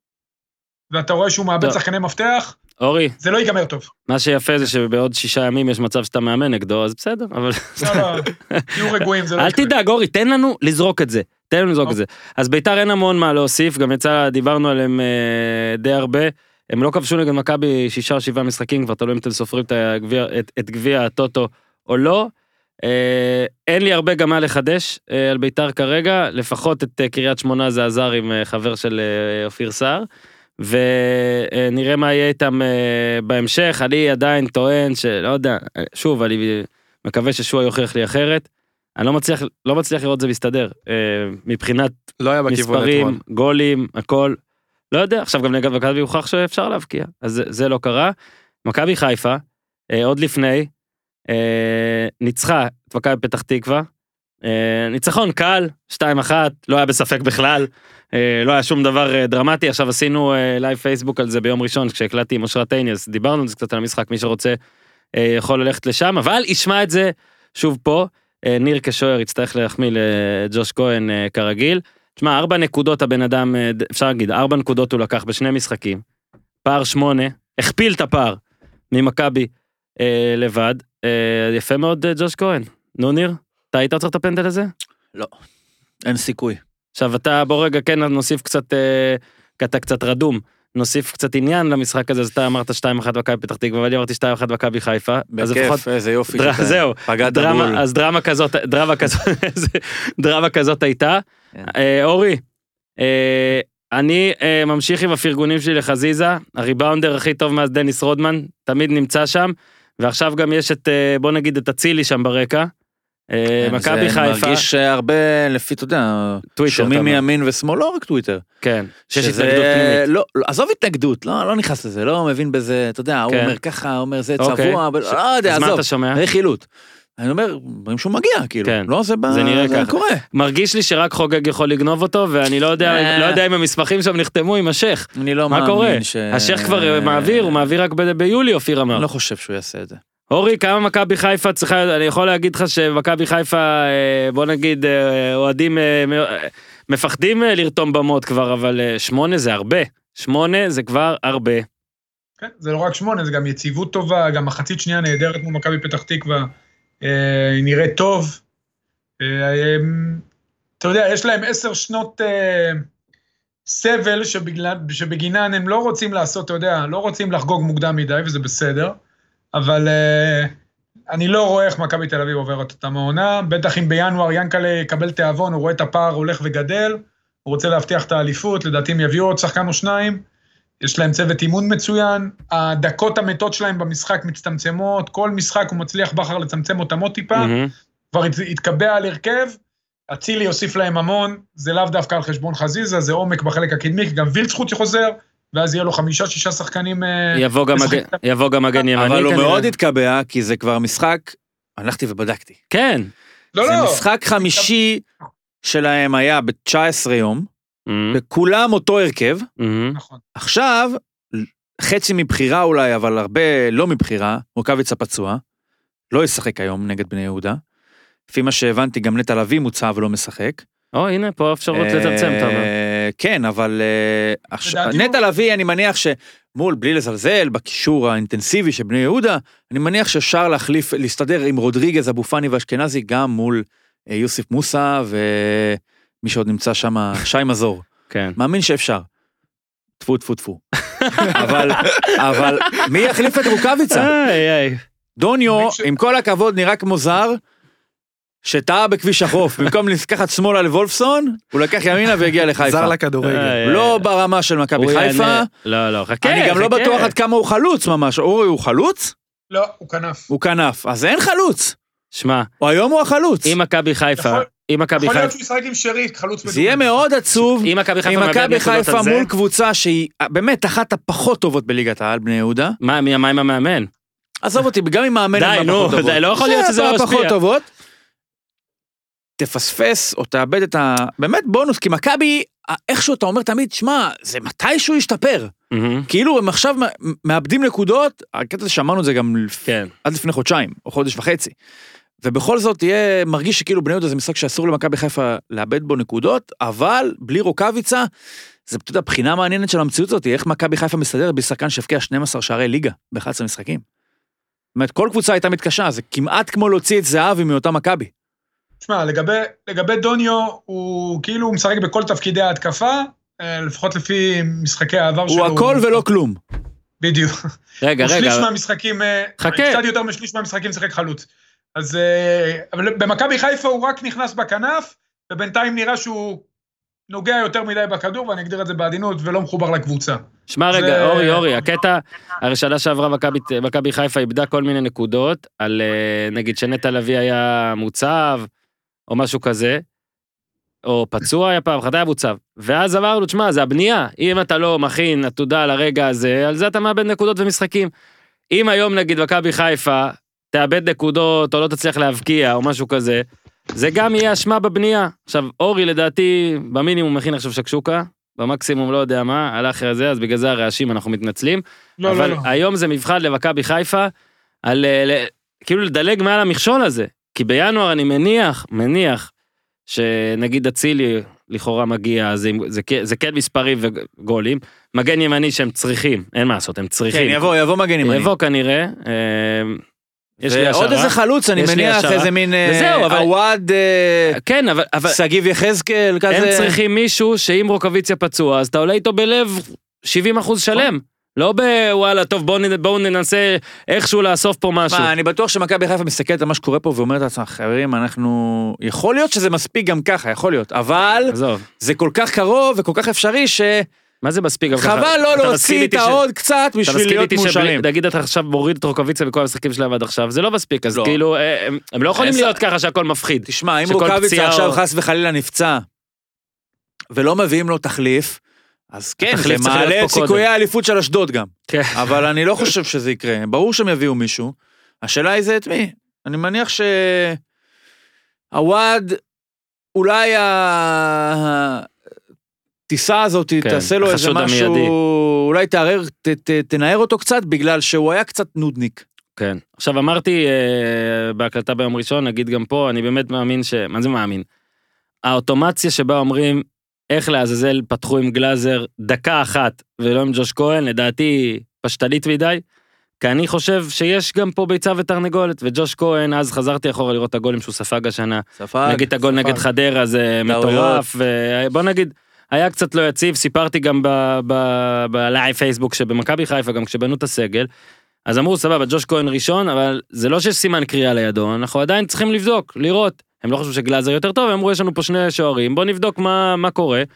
ואתה רואה שהוא מאבד שחקני מפתח, אורי, זה לא ייגמר טוב. מה שיפה זה שבעוד שישה ימים יש מצב שאתה מאמן נגדו, אז בסדר, אבל... לא, לא, תהיו רגועים, זה לא יקרה. אל תדאג, אורי, תן לנו לזרוק את זה, תן לנו לזרוק את זה. אז ביתר אין המון מה להוסיף, גם יצא, דיברנו עליהם די הרבה, הם לא כבשו נגד מכבי שישה או שבעה משחקים, כבר תלוי אם אתם סופרים את גביע הטוטו או לא, אין לי הרבה גם מה לחדש על ביתר כרגע, לפחות את קריית שמונה זה עזר עם חבר של אופיר סער, ונראה מה יהיה איתם בהמשך. אני עדיין טוען שלא יודע, שוב, אני מקווה ששועה יוכיח לי אחרת, אני לא מצליח, לא מצליח לראות זה מסתדר, מבחינת לא מספרים, גולים, הכל, לא יודע, עכשיו גם נגד מכבי הוכח שאפשר להבקיע, אז זה, זה לא קרה. מכבי חיפה, עוד לפני, ניצחה את מכבי פתח תקווה, ניצחון קל, שתיים אחת, לא היה בספק בכלל, לא היה שום דבר דרמטי. עכשיו עשינו לייב פייסבוק על זה ביום ראשון, כשהקלטתי עם אושרת טייניאס, דיברנו על זה קצת על המשחק, מי שרוצה יכול ללכת לשם, אבל ישמע את זה שוב פה, ניר כשוער יצטרך להחמיא לג'וש כהן כרגיל, תשמע, ארבע נקודות הבן אדם, אפשר להגיד, ארבע נקודות הוא לקח בשני משחקים, פער שמונה, הכפיל את הפער ממכבי לבד, יפה מאוד ג'וש כהן, נו ניר? אתה היית צריך את הפנדל הזה? לא, אין סיכוי. עכשיו אתה בוא רגע כן נוסיף קצת, אה, אתה קצת רדום, נוסיף קצת עניין למשחק הזה, אז אתה אמרת שתיים אחת מכבי פתח תקווה, ואני אמרתי שתיים אחת מכבי חיפה. בכיף, איזה יופי. דר... זהו, דרמה, אז דרמה כזאת, דרמה כזאת, דרמה כזאת הייתה. כן. אה, אורי, אה, אני אה, ממשיך עם הפרגונים שלי לחזיזה, הריבאונדר הכי טוב מאז דניס רודמן, תמיד נמצא שם, ועכשיו גם יש את, אה, בוא נגיד את אצילי שם ברקע, מכבי חיפה. זה מרגיש הרבה, לפי, אתה יודע, שומעים מימין ושמאל, לא רק טוויטר. כן, שיש התנגדות פנימית. עזוב התנגדות, לא נכנס לזה, לא מבין בזה, אתה יודע, הוא אומר ככה, הוא אומר זה צבוע, לא יודע, עזוב. אז מה אתה שומע? זה חילות. אני אומר, דברים שהוא מגיע, כאילו, לא, זה קורה. מרגיש לי שרק חוגג יכול לגנוב אותו, ואני לא יודע אם המסמכים שם נחתמו עם השייך. אני לא מאמין ש... השייך כבר מעביר, הוא מעביר רק ביולי, אופיר אמר. אני לא חושב שהוא יעשה את זה. אורי, כמה מכבי חיפה צריכה, אני יכול להגיד לך שמכבי חיפה, בוא נגיד, אוהדים, מפחדים לרתום במות כבר, אבל שמונה זה הרבה, שמונה זה כבר הרבה. כן, זה לא רק שמונה, זה גם יציבות טובה, גם מחצית שנייה נהדרת מול מכבי פתח תקווה, היא נראית טוב, אתה יודע, יש להם עשר שנות סבל שבגינן הם לא רוצים לעשות, אתה יודע, לא רוצים לחגוג מוקדם מדי, וזה בסדר, אבל uh, אני לא רואה איך מכבי תל אביב עוברת אותה מעונה, בטח אם בינואר ינקלה יקבל תיאבון, הוא רואה את הפער הולך וגדל, הוא רוצה להבטיח את האליפות, לדעתי הם יביאו עוד שחקן או שניים, יש להם צוות אימון מצוין, הדקות המתות שלהם במשחק מצטמצמות, כל משחק הוא מצליח בחר לצמצם אותם עוד טיפה, כבר התקבע על הרכב, אצילי יוסיף להם המון, זה לאו דווקא על חשבון חזיזה, זה עומק בחלק הקדמי, גם וילצחוט יחוזר, ואז יהיה לו חמישה, שישה שחקנים... יבוא גם מגן ימני. אבל הוא מאוד התקבע, כי זה כבר משחק, הלכתי ובדקתי. כן. זה משחק חמישי שלהם היה ב-תשע עשרה יום, וכולם אותו הרכב. עכשיו, חצי מבחירה אולי, אבל הרבה לא מבחירה, רוקאביצה פצוע, לא ישחק היום נגד בני יהודה. לפי מה שהבנתי, גם נטע לביא מוצא ולא משחק. או, הנה, פה אפשרות לצמצם, אתה אומר. כן, אבל נטע לביא, אני מניח שמול, בלי לזלזל, בקישור האינטנסיבי של בני יהודה, אני מניח שאפשר להחליף, להסתדר עם רודריגז, אבו פאני ואשכנזי, גם מול יוסיף מוסא, ומי שעוד נמצא שם, שי מזור. כן. מאמין שאפשר. טפו, טפו, טפו. אבל, אבל, מי יחליף את רוקאביצה? דוניו, עם כל הכבוד, נראה כמו זר, שטעה בכביש החוף, במקום לקחת שמאלה לוולפסון, הוא לקח ימינה והגיע לחיפה. זר לכדורגל. לא ברמה של מכבי חיפה. לא, לא, חכה. אני גם לא בטוח עד כמה הוא חלוץ ממש. אורי הוא חלוץ? לא, הוא כנף. הוא כנף, אז אין חלוץ. שמע. או היום הוא החלוץ. אם מכבי חיפה, אם מכבי חיפה. יכול להיות שהוא ישחק עם שריף, חלוץ מדומה. זה יהיה מאוד עצוב. אם מכבי חיפה מול קבוצה שהיא באמת אחת הפחות טובות בליגת העל, בני יהודה. מה עם המאמן? עזוב אותי, גם עם מאמן די, נו, לא יכול להיות שזה לא משפיע. תפספס או תאבד את ה... באמת בונוס, כי מכבי, איכשהו אתה אומר תמיד, שמע, זה מתישהו ישתפר. כאילו הם עכשיו מאבדים נקודות, הקטע שמענו את זה גם עד לפני חודשיים, או חודש וחצי. ובכל זאת תהיה מרגיש שכאילו בני יהודה זה משחק שאסור למכבי חיפה לאבד בו נקודות, אבל בלי רוקאביצה, זה פשוט הבחינה המעניינת של המציאות הזאת, איך מכבי חיפה מסתדרת בשחקן שהפקיע שנים עשר שערי ליגה, ב-אחד עשר משחקים. זאת אומרת, כל קבוצה הייתה מתקשה, זה כמעט כמו להוציא את זהבי מאותה מכבי. תשמע, לגבי, לגבי דוניו, הוא כאילו הוא משחק בכל תפקידי ההתקפה, לפחות לפי משחקי העבר שלו. הוא הכל ולא כלום. בדיוק. רגע, רגע. הוא שליש מהמשחקים, חכה. קצת יותר משליש מהמשחקים משחק חלוץ. אז, אבל במכבי חיפה הוא רק נכנס בכנף, ובינתיים נראה שהוא נוגע יותר מדי בכדור, ואני אגדיר את זה בעדינות, ולא מחובר לקבוצה. שמע רגע, אורי, אורי, הקטע, הרשאלה שעברה מכבי חיפה איבדה כל מיני נקודות, על נגיד שנטע לביא היה מוצב, או משהו כזה, או פצוע היה פעם, חדה היה מוצב, ואז אמרנו, תשמע, זה הבנייה, אם אתה לא מכין עתודה על הרגע הזה, על זה אתה מאבד נקודות ומשחקים. אם היום נגיד מכבי חיפה, תאבד נקודות, או לא תצליח להבקיע, או משהו כזה, זה גם יהיה אשמה בבנייה. עכשיו, אורי לדעתי, במינימום מכין עכשיו שקשוקה, במקסימום לא יודע מה, הלך אחרי זה, אז בגלל זה הרעשים אנחנו מתנצלים, לא, אבל לא, לא. היום זה מבחן למכבי חיפה, על, כאילו לדלג מעל המכשול הזה, כי בינואר אני מניח, מניח, שנגיד אצילי לכאורה מגיע, זה, זה, זה כן מספרים וגולים, מגן ימני שהם צריכים, אין מה לעשות, הם צריכים. כן, יבוא, יבוא מגן ימני. יבוא כנראה, יש לי השערה. עוד איזה חלוץ, אני מניח איזה מין עווד, כן, אבל... סגיב יחזקאל, כזה. הם צריכים מישהו שאם רוקאביצה פצוע, אז אתה עולה איתו בלב שבעים אחוז שלם. לא בוואלה, טוב, בואו ננסה איכשהו לאסוף פה משהו. מה, אני בטוח שמכבי חיפה מסתכלת על מה שקורה פה ואומרת לעצמך, חברים, אנחנו... יכול להיות שזה מספיק גם ככה, יכול להיות, אבל זה כל כך קרוב וכל כך אפשרי ש... מה זה מספיק? חבל לא להוציא את העוד קצת בשביל להיות מאושרים. נגיד אתה עכשיו מוריד את רוקאביצה בכל המשחקים שלהם עד עכשיו, זה לא מספיק, אז כאילו, הם לא יכולים להיות ככה שהכל מפחיד. תשמע, אם רוקאביצה עכשיו חס וחלילה נפצע, ולא מביאים לו תחליף, אז כן, זה מעלה את סיכויי האליפות של אשדוד גם. אבל אני לא חושב שזה יקרה. ברור שהם יביאו מישהו. השאלה היא זה את מי. אני מניח שהוואד, אולי הטיסה הזאת תעשה לו איזה משהו, אולי תערר, תנער אותו קצת, בגלל שהוא היה קצת נודניק. כן. עכשיו אמרתי בהקלטה ביום ראשון, נגיד גם פה, אני באמת מאמין ש... מה זה מאמין? האוטומציה שבה אומרים, איך לעזאזל פתחו עם גלאזר דקה אחת, ולא עם ג'וש כהן, לדעתי פשטנית מדי, כי אני חושב שיש גם פה ביצה ותרנגולת, וג'וש כהן, אז חזרתי אחורה לראות את הגולים שהוא ספג השנה, ספג, נגיד את הגול נגד חדרה, זה מטורף, ובוא נגיד, היה קצת לא יציב, סיפרתי גם בלייב פייסבוק, שבמכבי חיפה, גם כשבנו את הסגל, אז אמרו, סבבה, ג'וש כהן ראשון, אבל זה לא שיש סימן קריאה לידו, אנחנו עדיין צריכים לבדוק, לראות, הם לא חושבים שגלאזר יותר טוב, הם אמרו, יש לנו פה שני שוערים, בואו נבדוק מה, מה קורה.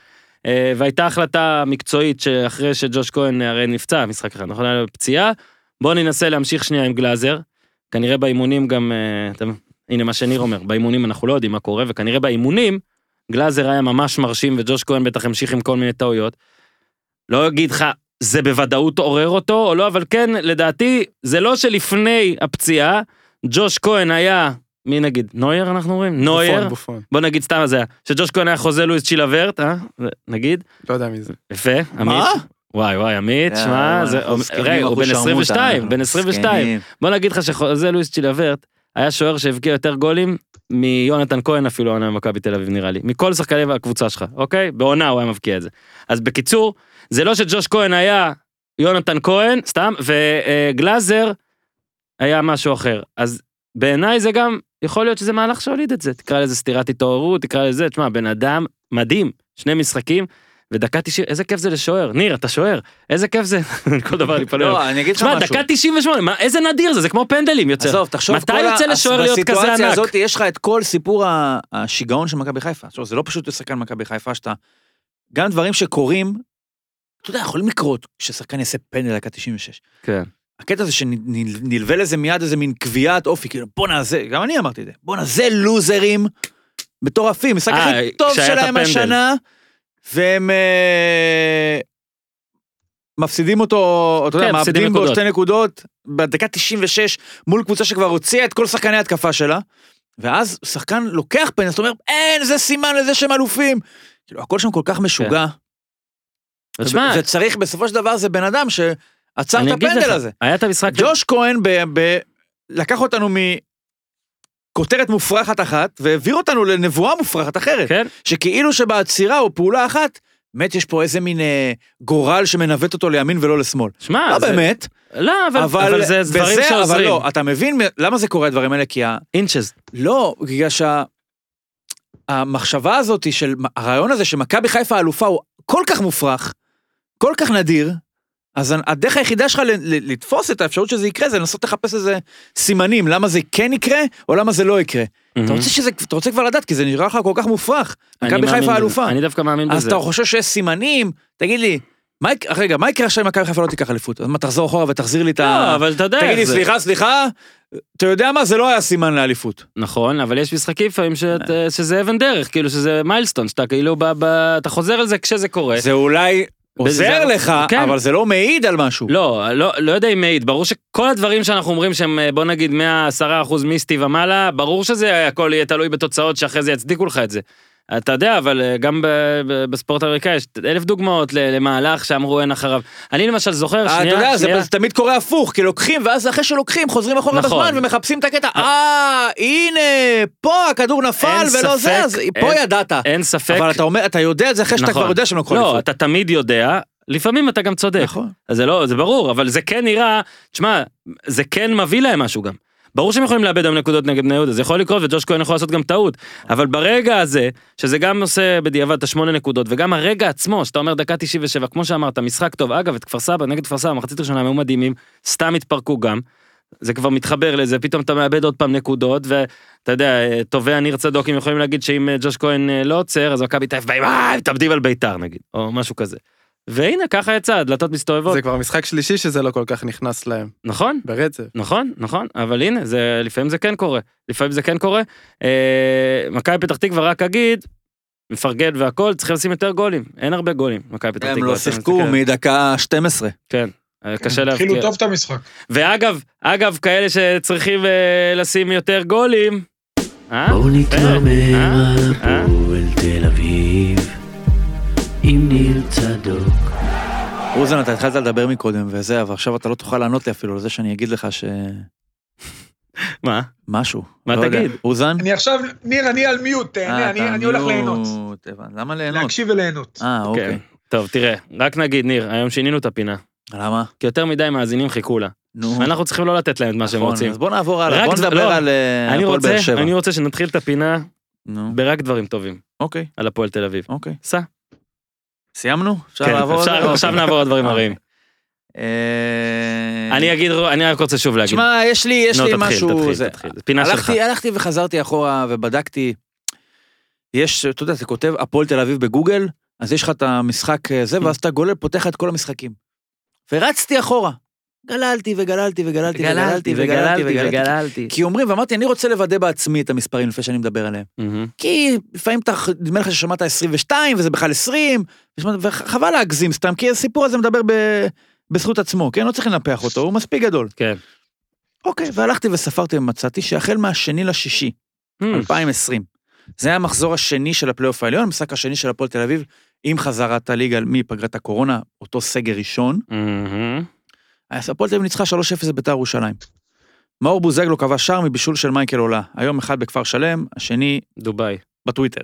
והייתה החלטה מקצועית שאחרי שג'וש כהן הרי נפצע, משחק אחד, נכון, היה לו פציעה, בואו ננסה להמשיך שנייה עם גלאזר, כנראה באימונים גם, הנה מה שניר אומר, באימונים אנחנו לא יודעים מה קורה, וכנראה באימונים, גלאזר היה ממש מרשים, וג'וש כהן בטח המשיך עם כל מיני טעויות, לא אגיד לך, זה בוודאות עורר אותו, או לא, אבל כן, לדעתי, זה לא שלפני הפציעה, ג'וש כהן היה, מי נגיד, נויר אנחנו אומרים? נויר, בוא נגיד סתם זה היה, שג'וש כהן היה חוזה לואיס צ'ילברט, אה? נגיד? לא יודע מי זה. יפה, עמית. וואי וואי, עמית, שמע, הוא בן עשרים ושתיים, בן עשרים ושתיים. בוא נגיד לך שחוזה לואיס צ'ילברט, היה שוער שהבקיע יותר גולים, מיונתן כהן אפילו, עונה במכבי תל אביב נראה לי, מכל שחקני הקבוצה שלך, אוקיי? בעונה הוא היה מבקיע את זה. אז בקיצור, זה לא שג'וש כהן היה יונתן כהן, סתם, וגלאזר היה משהו אחר. אז בעיניי זה גם, יכול להיות שזה מהלך שהוליד את זה, תקרא לזה סתירת התעוררות, תקרא לזה, תשמע, בן אדם מדהים, שני משחקים, ודקה תשעים, איזה כיף זה לשוער, ניר, אתה שוער, איזה כיף זה, כל דבר לי פלא. לא, אני אגיד לך משהו. תשמע, דקה תשעים ושמונה, איזה נדיר זה, זה כמו פנדלים יוצא. עזוב, תחשוב, מתי יוצא לשוער להיות כזה ענק? בסיטואציה הזאת יש לך את כל סיפור השיגעון של מכבי חיפה. זה לא פשוט לשחקן מכבי חיפה, שאתה, גם דברים שקורים, אתה יודע, יכולים לקרות כששחקן יעשה פנדל דקה תשעים ושש. כן. הקטע הזה שנלווה לזה מיד איזה מין קביעת אופי, כאילו בוא נעזה, גם אני אמרתי את זה, בוא נעזה לוזרים, מטורפים, משחק הכי טוב שלהם השנה, והם מפסידים אותו, אתה יודע, מאבדים בו שתי נקודות, בדקה תשעים ושש, מול קבוצה שכבר הוציאה את כל שחקני התקפה שלה, ואז שחקן לוקח פנדל, זאת אומרת, אין, זה סימן לזה שהם אלופים, כאילו, הכל שם כל כך משוגע, וצריך, בסופו של דבר, זה בן אדם שעצר את הפנדל הזה. היה את המשחק... ג'וש כהן לקח אותנו מכותרת מופרכת אחת, והעביר אותנו לנבואה מופרכת אחרת. שכאילו שבעצירה או פעולה אחת, באמת יש פה איזה מין גורל שמנווט אותו לימין ולא לשמאל. שמה, לא באמת. לא, אבל זה דברים שעוזרים. אבל לא, אתה מבין למה זה קורה הדברים האלה? כי ה... אינצ'ז. לא, בגלל שהמחשבה הזאת של, הרעיון הזה שמכבי חיפה האלופה הוא כל כך מופרך, כל כך נדיר, אז הדרך היחידה שלך לתפוס את האפשרות שזה יקרה, זה לנסות לחפש איזה סימנים, למה זה כן יקרה, או למה זה לא יקרה. אתה רוצה שזה, אתה רוצה כבר לדעת, כי זה נראה לך כל כך מופרך. מכבי חיפה האלופה. אני דווקא מאמין בזה. אז אתה חושב שיש סימנים, תגיד לי, רגע, מה יקרה עכשיו אם מכבי חיפה לא תיקח אליפות? אז מה, תחזור אחורה ותחזיר לי את ה... לא, אבל אתה יודע... תגיד לי, סליחה, סליחה, אתה יודע מה, זה לא היה סימן לאליפות. נכון, אבל יש משחקים לפעמים שזה אבן דרך, כאילו שזה מיילסטון, שאתה כאילו, אתה חוזר על זה כשזה קורה. זה אולי עוזר לך, אבל זה לא מעיד על משהו. לא, לא יודע אם מעיד, ברור שכל הדברים שאנחנו אומרים שהם, בוא נגיד, מאה ועשרה אחוז מיסטי ומעלה, ברור שזה הכל יהיה תלוי בתוצאות שאחרי זה יצדיקו לך את זה. אתה יודע, אבל גם בספורט האמריקאי יש אלף דוגמאות למהלך שאמרו אין אחריו. אני למשל זוכר, שנייה, אתה יודע, זה תמיד קורה הפוך, כי לוקחים, ואז אחרי שלוקחים, חוזרים אחורה בזמן ומחפשים את הקטע. אה, הנה, פה הכדור נפל ולא זה, פה ידעת. אין ספק. אבל אתה אומר, אתה יודע את זה אחרי שאתה כבר יודע שהם לקחו. לא, אתה תמיד יודע, לפעמים אתה גם צודק. נכון. זה לא, זה ברור, אבל זה כן נראה, תשמע, זה כן מביא להם משהו גם. ברור שהם יכולים לאבד היום נקודות נגד בני יהודה, זה יכול לקרות וג'וש כהן יכול לעשות גם טעות, אבל ברגע הזה, שזה גם עושה בדיעבד את השמונה נקודות, וגם הרגע עצמו, שאתה אומר דקה תשעים ושבע, כמו שאמרת, משחק טוב, אגב, את כפר סבא, נגד כפר סבא, מחצית ראשונה הם היו מדהימים, סתם התפרקו גם, זה כבר מתחבר לזה, פתאום אתה מאבד עוד פעם נקודות, ואתה יודע, טובי הניר צדוקים יכולים להגיד שאם ג'וש כהן לא עוצר, אז מכבי תל אביב, אה, תבדיל על ביתר נגיד, או משהו כזה. והנה, ככה יצא, דלתות מסתובבות. זה כבר משחק שלישי שזה לא כל כך נכנס להם. נכון. ברצף. נכון, נכון, אבל הנה, זה, לפעמים זה כן קורה. לפעמים זה כן קורה. אה, מכבי פתח תקווה רק אגיד, מפרגן והכל, צריכים לשים יותר גולים. אין הרבה גולים, מכבי פתח תקווה. הם לא שיחקו מדקה שתים עשרה. כן, קשה להבקיע. התחילו טוב את המשחק. ואגב, אגב, כאלה שצריכים לשים יותר גולים, בואו נתרומם על הפועל תל אביב. עם ניר צדוק. אוזן, אתה התחלת לדבר מקודם וזה, אבל עכשיו אתה לא תוכל לענות לי אפילו לזה שאני אגיד לך ש... מה? משהו. מה תגיד? אוזן? אני עכשיו, ניר, אני על מיוט, אני הולך ליהנות. למה ליהנות? להקשיב וליהנות. אה, אוקיי. טוב, תראה, רק נגיד, ניר, היום שינינו את הפינה. למה? כי יותר מדי מאזינים חיכו לה. אנחנו צריכים לא לתת להם את מה שהם רוצים. אז בוא נעבור הלאה, בוא נדבר על הפועל באר שבע. אני רוצה שנתחיל את הפינה ברק דברים טובים. אוקיי. על הפועל תל אביב. אוקיי. סע. סיימנו? אפשר לעבור? עכשיו נעבור על דברים הרעים. אני אגיד, אני רק רוצה שוב להגיד. שמע, יש לי, יש לי משהו... תתחיל, תתחיל, פינה שלך. הלכתי וחזרתי אחורה ובדקתי, יש, אתה יודע, אתה כותב הפועל תל אביב בגוגל, אז יש לך את המשחק זה, ואז אתה גולל, פותח את כל המשחקים. ורצתי אחורה. גללתי וגללתי וגללתי וגללתי וגללתי וגללתי. כי אומרים, ואמרתי, אני רוצה לוודא בעצמי את המספרים לפני שאני מדבר עליהם. כי לפעמים אתה, נדמה לך ששמעת עשרים ושתיים, וזה בכלל עשרים, וחבל להגזים סתם, כי הסיפור הזה מדבר בזכות עצמו, כן? לא צריך לנפח אותו, הוא מספיק גדול. כן. אוקיי, והלכתי וספרתי ומצאתי שהחל מהשני לשישי, אלפיים ועשרים, זה היה המחזור השני של הפלייאוף העליון, המשחק השני של הפועל תל אביב, עם חזרת הליגה מפגרת הקורונה, אותו סגר ראשון. הפועל תל אביב ניצחה שלוש אפס בבית"ר ירושלים. מאור בוזגלו קבע שער מבישול של מייקל עולה, היום אחד בכפר שלם, השני דובאי, בטוויטר.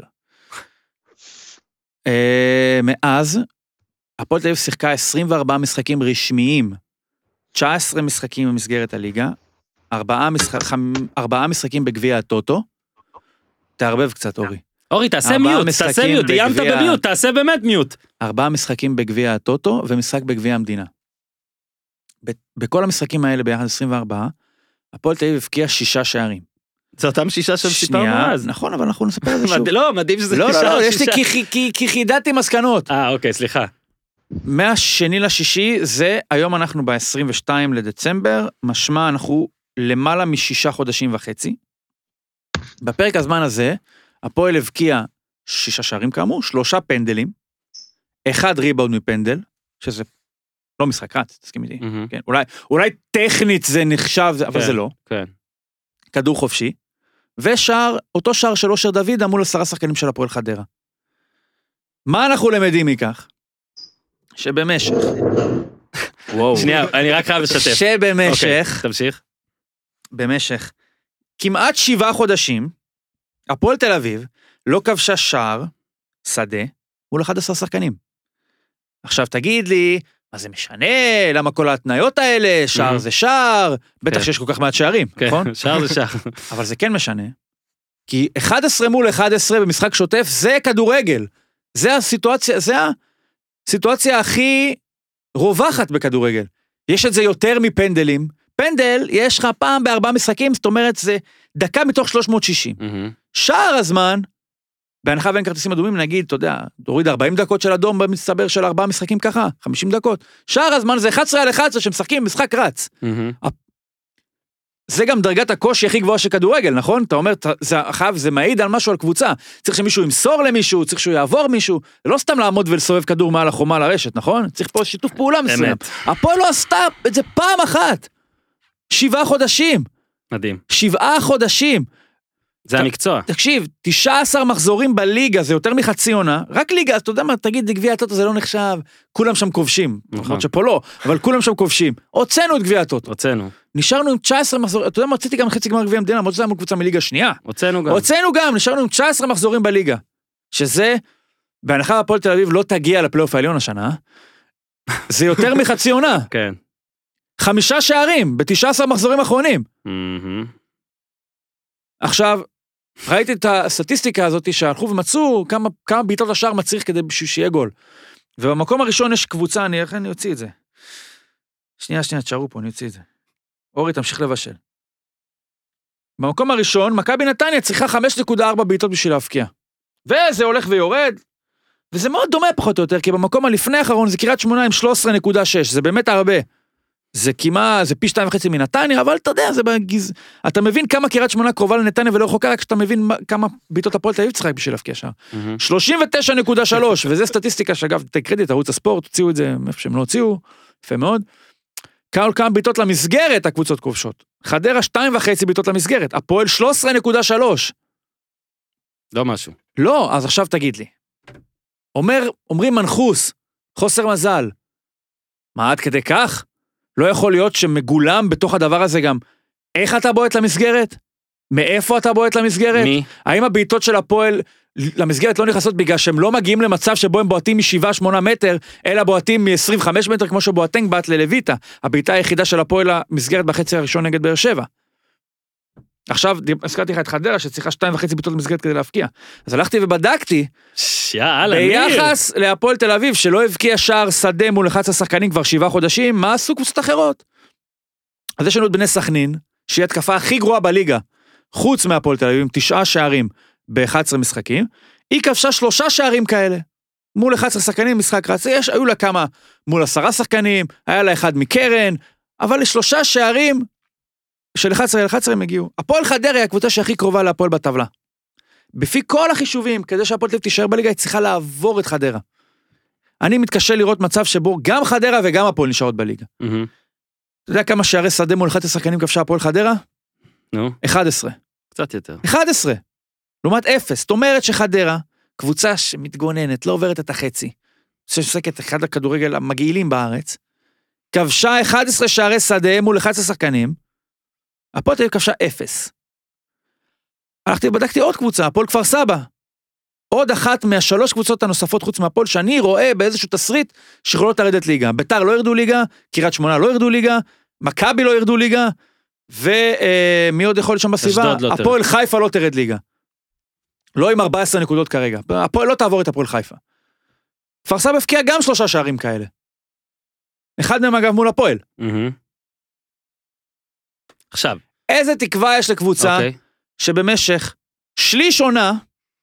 מאז, הפועל תל אביב שיחקה עשרים וארבעה משחקים רשמיים, תשע עשרה משחקים במסגרת הליגה, ארבעה משחקים בגביע הטוטו, תערבב קצת אורי. אורי, תעשה מיוט, תעשה מיוט, איימת במיוט, תעשה באמת מיוט. ארבעה משחקים בגביע הטוטו, ומשחק בגביע המדינה. בכל המשחקים האלה ביחד עשרים וארבע, הפועל תל אביב הבקיע שישה שערים. זה אותם שישה שם סיפרנו אז. נכון, אבל אנחנו נספר את זה שוב. לא, מדהים שזה לא, לא, לא, יש לי כי חידדתי מסקנות. אה, אוקיי, סליחה. מהשני לשישי, זה היום אנחנו ב-עשרים ושניים לדצמבר, משמע אנחנו למעלה משישה חודשים וחצי. בפרק הזמן הזה, הפועל הבקיע שישה שערים כאמור, שלושה פנדלים, אחד ריבאונד מפנדל, שזה לא משחק רץ, תסכים איתי. כן, אולי, אולי טכנית זה נחשב, אבל זה לא. כן. כדור חופשי, ושער, אותו שער של אושר דוד, מול עשרה שחקנים של הפועל חדרה. מה אנחנו למדים מכך? שבמשך. וואו. שנייה, אני רק חייב לשתף. שבמשך. תמשיך. במשך כמעט שבעה חודשים, הפועל תל אביב לא כבשה שער, שדה, מול אחד עשר שחקנים. עכשיו תגיד לי, מה זה משנה? למה כל ההתניות האלה? שער זה שער, בטח שיש כל כך מעט שערים, נכון? שער זה שער. אבל זה כן משנה, כי אחד עשרה מול אחד עשרה במשחק שוטף, זה כדורגל. זה הסיטואציה, זה הסיטואציה הכי רווחת בכדורגל. יש את זה יותר מפנדלים. פנדל, יש לך פעם בארבעה משחקים, זאת אומרת, זה דקה מתוך שלוש מאות ושישים. שער הזמן, בהנחה ואין כרטיסים אדומים, נגיד, אתה יודע, תוריד ארבעים דקות של אדום במצטבר של ארבעה משחקים ככה, חמישים דקות. שער הזמן זה אחת עשרה על אחת עשרה שמשחקים משחק רץ. זה גם דרגת הקושי הכי גבוהה של כדורגל, נכון? אתה אומר, זה, אחר, זה מעיד על משהו על קבוצה. צריך שמישהו ימסור למישהו, צריך שהוא יעבור מישהו, לא סתם לעמוד ולסובב כדור מעל החומה לרשת, נכון? צריך פה שיתוף פעולה מסוים. הפועל לא עשתה את זה פעם אחת. שבעה חודשים. מדהים. שבעה חודשים. זה המקצוע. תקשיב, תשעה עשר מחזורים בליגה, זה יותר מחצי עונה, רק ליגה, אז אתה יודע מה, תגיד, גביע הטוטו זה לא נחשב, כולם שם כובשים, נכון שפה לא, אבל כולם שם כובשים, הוצאנו את גביע הטוטו. הוצאנו. נשארנו עם תשע עשרה מחזורים, אתה יודע מה, הוצאתי גם חצי גמר גביע המדינה, למרות שזה היה קבוצה מליגה שנייה. הוצאנו גם. הוצאנו גם, נשארנו עם תשע עשרה מחזורים בליגה, שזה, בהנחה הפועל תל אביב לא תגיע לפלייאוף העליון השנה, זה יותר מחצי עונה. כן. חמישה שערים, ב-תשעה עשר מחזורים אחרונים. עכשיו, ראיתי את הסטטיסטיקה הזאת שהלכו ומצאו כמה, כמה בעיטות השער מצריך כדי שיהיה גול. ובמקום הראשון יש קבוצה, אני, אני אוציא את זה. שנייה, שנייה, תשארו פה, אני אוציא את זה. אורי, תמשיך לבשל. במקום הראשון, מכבי נתניה צריכה חמש נקודה ארבע בעיטות בשביל להפקיע. וזה הולך ויורד, וזה מאוד דומה פחות או יותר, כי במקום הלפני האחרון זה קריית שמונה עם שלוש עשרה נקודה שש, זה באמת הרבה. זה כמעט, זה פי שתיים וחצי מנתניה, אבל אתה יודע, זה בגז... אתה מבין כמה קריית שמונה קרובה לנתניה ולא רחוקה, רק כשאתה מבין כמה בעיטות הפועל תל אביב צריכה בשביל להפקיע שער. שלושים ותשע נקודה שלוש, וזה סטטיסטיקה שאגב, תקרדיט, ערוץ הספורט, הוציאו את זה, איפה שהם לא הוציאו, יפה מאוד. כמה בעיטות למסגרת הקבוצות כובשות. חדרה שתיים וחצי בעיטות למסגרת, הפועל שלוש עשרה נקודה שלוש. לא משהו. לא, אז עכשיו תגיד לי. אומר, אומרים מנחוס, חוסר מזל. מה עד כדי כך? לא יכול להיות שמגולם בתוך הדבר הזה גם, איך אתה בועט למסגרת? מאיפה אתה בועט למסגרת? מי? האם הבעיטות של הפועל למסגרת לא נכנסות בגלל שהם לא מגיעים למצב שבו הם בועטים מ-שבע שמונה מטר, אלא בועטים מ-עשרים וחמישה מטר כמו שבועטנג בעט ללויטה, הבעיטה היחידה של הפועל למסגרת בחצי הראשון נגד באר שבע. עכשיו, הזכרתי לך את חדרה שצריכה שתיים וחצי בעיטות למסגרת כדי להפקיע. אז הלכתי ובדקתי, יאללה, ביחס להפועל תל אביב, שלא הבקיע שער שדה מול אחד עשר שחקנים כבר שבעה חודשים, מה עשו קבוצות אחרות? אז יש לנו את בני סכנין, שהיא התקפה הכי גרועה בליגה, חוץ מהפועל תל אביב, עם תשעה שערים ב-אחד עשר משחקים, היא כבשה שלושה שערים כאלה. מול אחד עשר שחקנים, משחק רץ, יש, היו לה כמה, מול עשרה שחקנים, היה לה אחד מקרן, אבל לשלושה שערים, של אחד עשר אל אחד עשר הם הגיעו. הפועל חדרה היא הקבוצה שהכי קרובה להפועל בטבלה. בפי כל החישובים, כדי שהפועל תל אביב תישאר בליגה, היא צריכה לעבור את חדרה. אני מתקשה לראות מצב שבו גם חדרה וגם הפועל נשארות בליגה. אתה יודע כמה שערי שדה מול אחד עשר שחקנים כבשה הפועל חדרה? נו. אחד עשר. קצת יותר. אחד עשר. לעומת אפס. זאת אומרת שחדרה, קבוצה שמתגוננת, לא עוברת את החצי, ששחקת אחד הכדורגל המגעילים בארץ, כבשה אחד עשר שערי שדה מול אחד עשר שחקנים, הפועל תל אביב כבשה אפס. הלכתי ובדקתי עוד קבוצה, הפועל כפר סבא. עוד אחת מהשלוש קבוצות הנוספות חוץ מהפועל, שאני רואה באיזשהו תסריט שיכולות לרדת ליגה. ביתר לא ירדו ליגה, קריית שמונה לא ירדו ליגה, מכבי לא ירדו ליגה, ומי עוד יכול שם בסביבה? הפועל חיפה לא תרד ליגה. לא עם ארבע עשרה נקודות כרגע. הפועל לא תעבור את הפועל חיפה. כפר סבא הפקיע גם שלושה שערים כאלה. אחד מהם אגב מול הפועל. עכשיו. איזה תקווה יש לקבוצה שבמשך שליש עונה,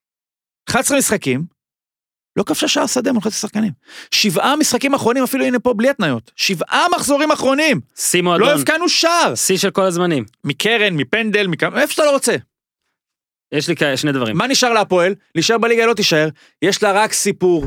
אחד עשר משחקים, לא כבשה שער שדה מול אחד עשר שחקנים. שבעה משחקים אחרונים, אפילו הנה פה בלי התניות. שבעה מחזורים אחרונים. שימו אדון. לא הפקענו שער. שיא של כל הזמנים. מקרן, מפנדל, מכמה, איפה שאתה לא רוצה. יש לי שני דברים. מה נשאר להפועל? להישאר בליגה לא תישאר. יש לה רק סיפור.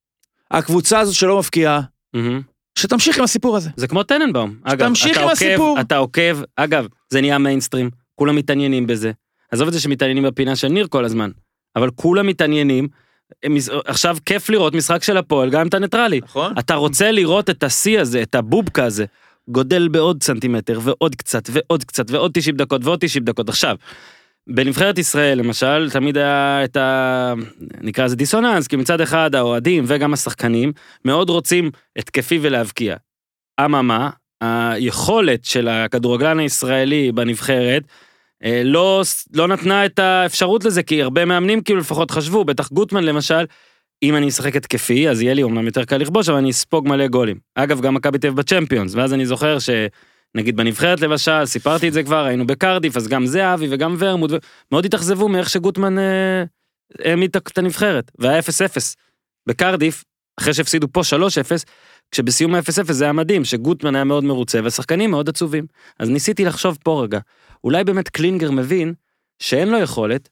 הקבוצה הזאת שלא מפקיעה, שתמשיך עם הסיפור הזה. זה כמו טננבאום. שתמשיך עם הסיפור. אתה עוקב, אגב, זה נהיה מיינסטרים, כולם מתעניינים בזה. עזוב את זה שמתעניינים בפינה של ניר כל הזמן. אבל כולם מתעניינים, עכשיו כיף לראות משחק של הפועל, גם אם אתה ניטרלי. נכון. אתה רוצה לראות את השיא הזה, את הבובקה הזה, גודל בעוד סנטימטר, ועוד קצת, ועוד קצת, ועוד תשעים דקות, ועוד תשעים דקות. עכשיו, בנבחרת ישראל, למשל, תמיד היה את ה... נקרא לזה דיסוננס, כי מצד אחד האוהדים וגם השחקנים מאוד רוצים התקפי ולהבקיע. אממה, היכולת של הכדורגלן הישראלי בנבחרת, לא, לא נתנה את האפשרות לזה, כי הרבה מאמנים כאילו לפחות חשבו, בטח גוטמן למשל, אם אני אשחק התקפי, אז יהיה לי אומנם יותר קל לכבוש, אבל אני אספוג מלא גולים. אגב, גם מכבי תל אביב בצ'מפיונס, ואז אני זוכר ש... נגיד בנבחרת למשל, סיפרתי את זה כבר, היינו בקרדיף, אז גם זה אבי וגם ורמוד, מאוד התאכזבו מאיך שגוטמן העמיד אה, את הנבחרת, והיה אפס אפס. בקרדיף, אחרי שהפסידו פה שלוש אפס, כשבסיום ה-אפס אפס זה היה מדהים, שגוטמן היה מאוד מרוצה, והשחקנים מאוד עצובים. אז ניסיתי לחשוב פה רגע, אולי באמת קלינגר מבין, שאין לו יכולת,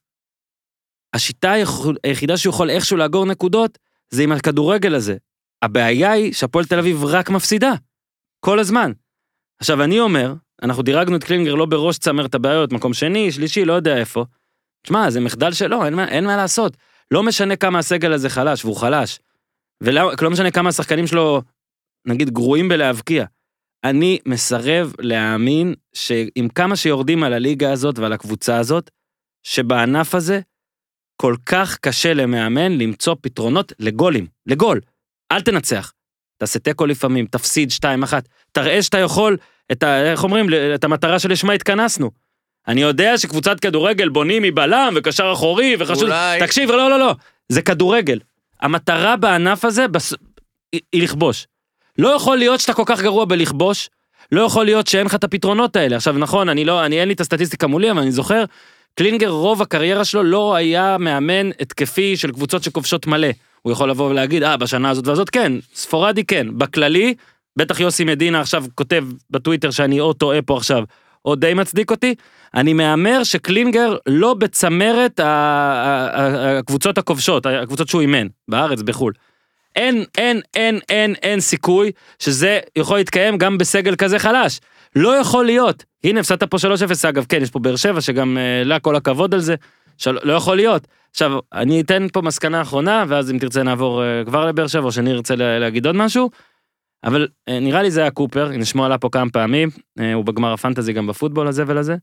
השיטה היחידה שהוא יכול איכשהו לאגור נקודות, זה עם הכדורגל הזה. הבעיה היא שהפועל תל אביב רק מפסידה, כל הזמן. עכשיו אני אומר, אנחנו דירגנו את קלינגר לא בראש צמרת הבעיות, מקום שני, שלישי, לא יודע איפה. תשמע, זה מחדל שלו, אין מה, אין מה לעשות. לא משנה כמה הסגל הזה חלש, והוא חלש. ולא לא משנה כמה השחקנים שלו, נגיד, גרועים בלהבקיע. אני מסרב להאמין שעם כמה שיורדים על הליגה הזאת ועל הקבוצה הזאת, שבענף הזה כל כך קשה למאמן למצוא פתרונות לגולים, לגול. אל תנצח. תעשה תיקו לפעמים, תפסיד שתיים אחת, תראה שאתה יכול, את ה, איך אומרים, את המטרה שלשמה התכנסנו. אני יודע שקבוצת כדורגל בונים מבלם וקשר אחורי וחשוב, אולי... תקשיב, לא, לא, לא, זה כדורגל. המטרה בענף הזה בס... היא, היא לכבוש. לא יכול להיות שאתה כל כך גרוע בלכבוש, לא יכול להיות שאין לך את הפתרונות האלה. עכשיו נכון, אני לא, אני אין לי את הסטטיסטיקה מולי, אבל אני זוכר, קלינגר רוב הקריירה שלו לא היה מאמן התקפי של קבוצות שכובשות מלא. הוא יכול לבוא ולהגיד, אה, בשנה הזאת והזאת כן, ספורדי כן, בכללי, בטח יוסי מדינה עכשיו כותב בטוויטר שאני או טועה פה עכשיו, או די מצדיק אותי, אני מאמר שקלינגר לא בצמרת הקבוצות הכובשות, הקבוצות שהוא אימן, בארץ, בחול. אין, אין, אין, אין, אין סיכוי שזה יכול להתקיים גם בסגל כזה חלש. לא יכול להיות. הנה, הפסדת פה שלוש אפס, אגב, כן, יש פה באר שבע, שגם לה כל הכבוד על זה, של... לא יכול להיות. עכשיו, אני אתן פה מסקנה האחרונה, ואז אם תרצה נעבור כבר לבאר שבע, או שאני ארצה להגיד עוד משהו, אבל נראה לי זה היה קופר, נשמוע עליו פה כמה פעמים, הוא בגמר הפנטזי גם בפוטבול הזה ולזה.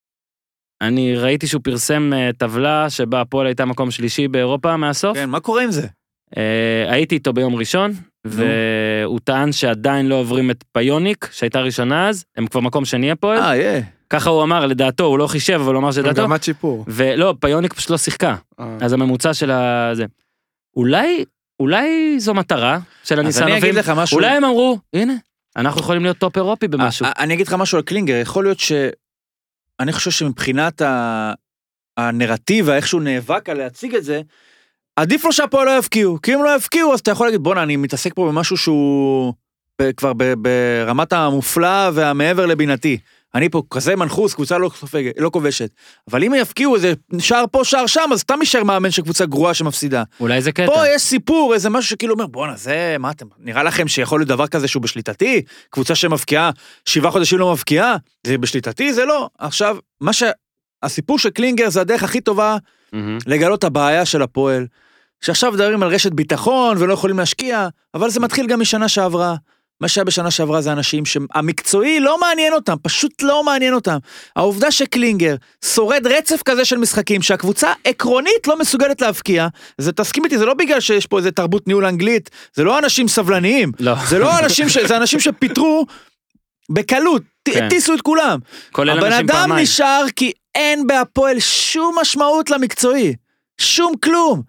אני ראיתי שהוא פרסם טבלה, שבה הפועל הייתה מקום שלישי באירופה מהסוף. כן, מה קורה עם זה? הייתי איתו ביום ראשון, והוא טען שעדיין לא עוברים את פיוניק, שהייתה ראשונה אז, הם כבר מקום שני הפועל. אה, יא. ככה הוא אמר, לדעתו, הוא לא חישב, אבל הוא אמר שדעתו. מגמת שיפור. ולא, פיוניק פשוט לא שיחקה. אז הממוצע של הזה. אולי, אולי זו מטרה של הניסנובים. אז אני אגיד לך משהו. אולי הם אמרו, הנה, אנחנו יכולים להיות טופ אירופי במשהו. אני אגיד לך משהו על קלינגר, יכול להיות ש... אני חושב שמבחינת הנרטיב, איך שהוא נאבק על להציג את זה, עדיף לו שהפועל לא יפקיעו, כי אם לא יפקיעו, אז אתה יכול להגיד, בוא'נה, אני מתעסק פה במשהו שהוא כבר ברמת המופלא והמעבר לבינתי. אני פה כזה מנחוס, קבוצה לא, לא כובשת. אבל אם יפקיעו איזה שער פה, שער שם, אז אתה משאר מאמן של קבוצה גרועה שמפסידה. אולי זה קטע. פה יש סיפור, איזה משהו שכאילו אומר, בוא'נה, זה, מה אתם, נראה לכם שיכול להיות דבר כזה שהוא בשליטתי? קבוצה שמפקיעה, שבעה חודשים לא מפקיעה, זה בשליטתי? זה לא. עכשיו, מה ש... הסיפור של קלינגר זה הדרך הכי טובה לגלות הבעיה של הפועל, שעכשיו מדברים על רשת ביטחון ולא יכולים להשקיע, אבל זה מתחיל גם משנה שעברה. מה שהיה בשנה שעברה זה אנשים שהמקצועי לא מעניין אותם, פשוט לא מעניין אותם. העובדה שקלינגר שורד רצף כזה של משחקים, שהקבוצה עקרונית לא מסוגלת להפקיע, זה תסכים איתי, זה לא בגלל שיש פה איזה תרבות ניהול אנגלית, זה לא אנשים סבלניים, לא. זה לא אנשים, ש... זה אנשים שפיתרו בקלות, כן. טיסו את כולם. הבן אדם פעמיים. נשאר כי אין בהפועל שום משמעות למקצועי, שום כלום.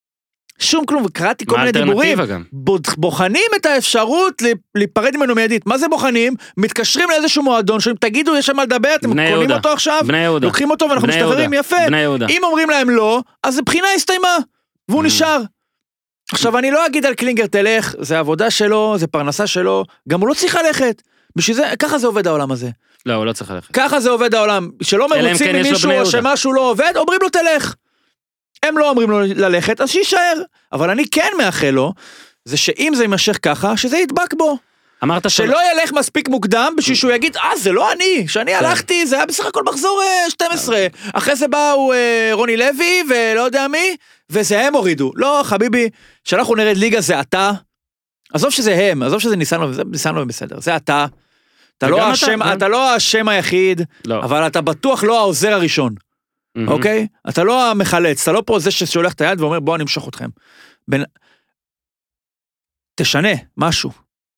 שום כלום, וקראתי כל מיני דיבורים, בוחנים את האפשרות להיפרד ממנו מיידית. מה זה בוחנים? מתקשרים לאיזשהו מועדון, שאם תגידו, יש שם מה לדבר, אתם קונים אותו עכשיו, לוקחים אותו ואנחנו משתחררים, יפה. אם אומרים להם לא, אז הבחינה הסתיימה, והוא נשאר. עכשיו, אני לא אגיד על קלינגר תלך, זה עבודה שלו, זה פרנסה שלו, גם הוא לא צריך ללכת. בשביל זה, ככה זה עובד העולם הזה. לא, הוא לא צריך ללכת. ככה זה עובד העולם. שלא מרוצים ממישהו או שמשהו לא עובד, אומרים לו תלך. הם לא אומרים לו ללכת, אז שישאר. אבל אני כן מאחל לו, זה שאם זה יימשך ככה, שזה ידבק בו. אמרת שלא ילך מספיק מוקדם, בשביל שהוא יגיד, אה, זה לא אני, שאני הלכתי, זה היה בסך הכל מחזור שתים עשרה. אחרי זה באו רוני לוי, ולא יודע מי, וזה הם הורידו. לא, חביבי, שאנחנו נרד ליגה, זה אתה. עזוב שזה הם, עזוב שזה ניסנו, זה ניסנו בסדר. זה אתה. אתה לא השם, אתה לא השם היחיד, אבל אתה בטוח לא העוזר הראשון. אוקיי? אתה לא המחלץ, אתה לא פה זה ששולח את היד ואומר, בואו נמשוך אתכם. תשנה משהו.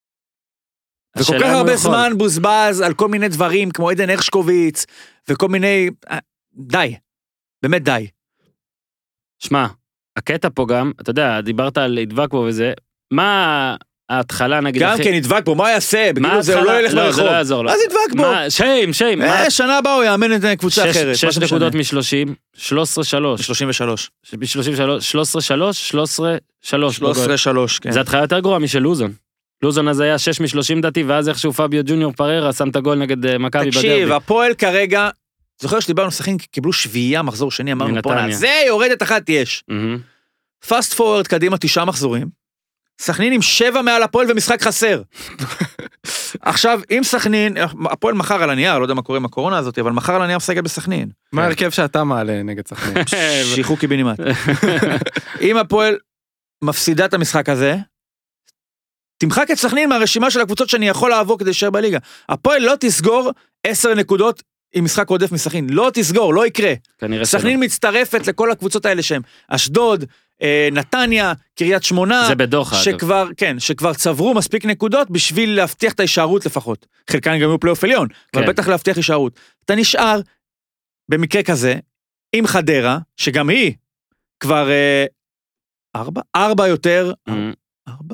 וכל כך הרבה זמן בוזבז על כל מיני דברים, כמו עדן הרשקוביץ, וכל מיני... די. באמת די. שמע, הקטע פה גם, אתה יודע, דיברת על לדבק בו וזה, מה... ההתחלה נגיד גם כן ידבק בו, מה יעשה? בגלל זה הוא לא ילך לרחוב. לא יעזור לו. אז ידבק בו. שיים, שיים. שנה הבאה הוא יאמן את קבוצה אחרת. שש נקודות מ-שלושים, שלוש עשרה שלוש. שלושים ושלוש. ב-שלושים ושלוש, שלוש עשרה שלוש, שלוש עשרה שלוש. שלוש עשרה שלוש, כן. זה התחלה יותר גרועה משל לוזון. לוזון אז היה שש משלושים דתי, ואז איכשהו פביו ג'וניור פררה שם את הגול נגד מכבי בדרבי. תקשיב, הפועל כרגע, זוכר שדיברנו שחקנים קיבלו שביעייה מחזור שני, אמרנו פה, זה יורדת אחת יש. פאסט פורוורד קדימה תשעה מחזורים. סכנין עם שבע מעל הפועל ומשחק חסר. עכשיו, אם סכנין, הפועל מחר על הנייר, לא יודע מה קורה עם הקורונה הזאת, אבל מחר על הנייר מסגל בסכנין. מה הרכב שאתה מעלה נגד סכנין? שיחו קיבינימט. אם הפועל מפסידה את המשחק הזה, תמחק את סכנין מהרשימה של הקבוצות שאני יכול לעבור כדי להישאר בליגה. הפועל לא תסגור עשר נקודות עם משחק עודף מסכנין. לא תסגור, לא יקרה. סכנין מצטרפת לכל הקבוצות האלה שהם אשדוד, נתניה, קריית שמונה, זה בדוחה, שכבר, אגב. כן, שכבר צברו מספיק נקודות בשביל להבטיח את ההישארות לפחות. חלקן גם היו פלייאוף עליון, כן. אבל בטח להבטיח הישארות. אתה נשאר במקרה כזה עם חדרה, שגם היא כבר אה, ארבע, ארבע יותר, mm-hmm. ארבע?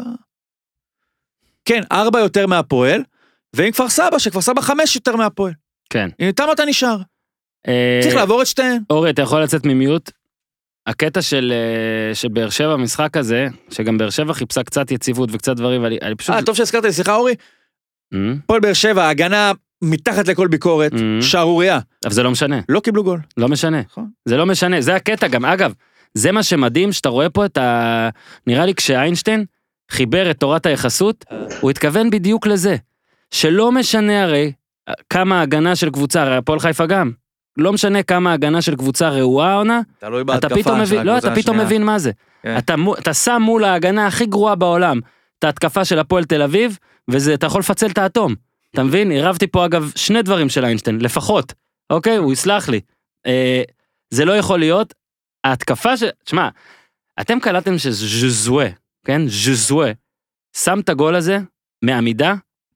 כן, ארבע יותר מהפועל, ועם כפר סבא, שכפר סבא חמש יותר מהפועל. כן. איתם אתה נשאר. אה... צריך לעבור את שתיהן. אורי, אתה יכול לצאת ממיוט? הקטע של, של באר שבע, המשחק הזה, שגם באר שבע חיפשה קצת יציבות וקצת דברים, ואני אני פשוט... אה, טוב שהזכרת לי, סליחה אורי? פועל באר שבע, הגנה מתחת לכל ביקורת, שערוריה. אבל זה לא משנה. לא קיבלו גול. לא משנה. זה לא משנה, זה הקטע גם. אגב, זה מה שמדהים, שאתה רואה פה את ה... נראה לי כשאיינשטיין חיבר את תורת היחסות, הוא התכוון בדיוק לזה. שלא משנה הרי כמה הגנה של קבוצה, הרי הפועל חיפה גם. לא משנה כמה הגנה של קבוצה רעועה עונה, אתה פתאום מבין, לא, אתה פתאום מבין מה זה. אתה, אתה שם מול ההגנה הכי גרועה בעולם, את ההתקפה של הפועל תל אביב, וזה, אתה יכול לפצל את האטום. אתה מבין? הרבתי פה אגב שני דברים של איינשטיין, לפחות. אוקיי? הוא יסלח לי. אה, זה לא יכול להיות, ההתקפה של, תשמע, אתם קלטתם שז'זווה, כן? ז'זווה, שם את הגול הזה, מעמידה,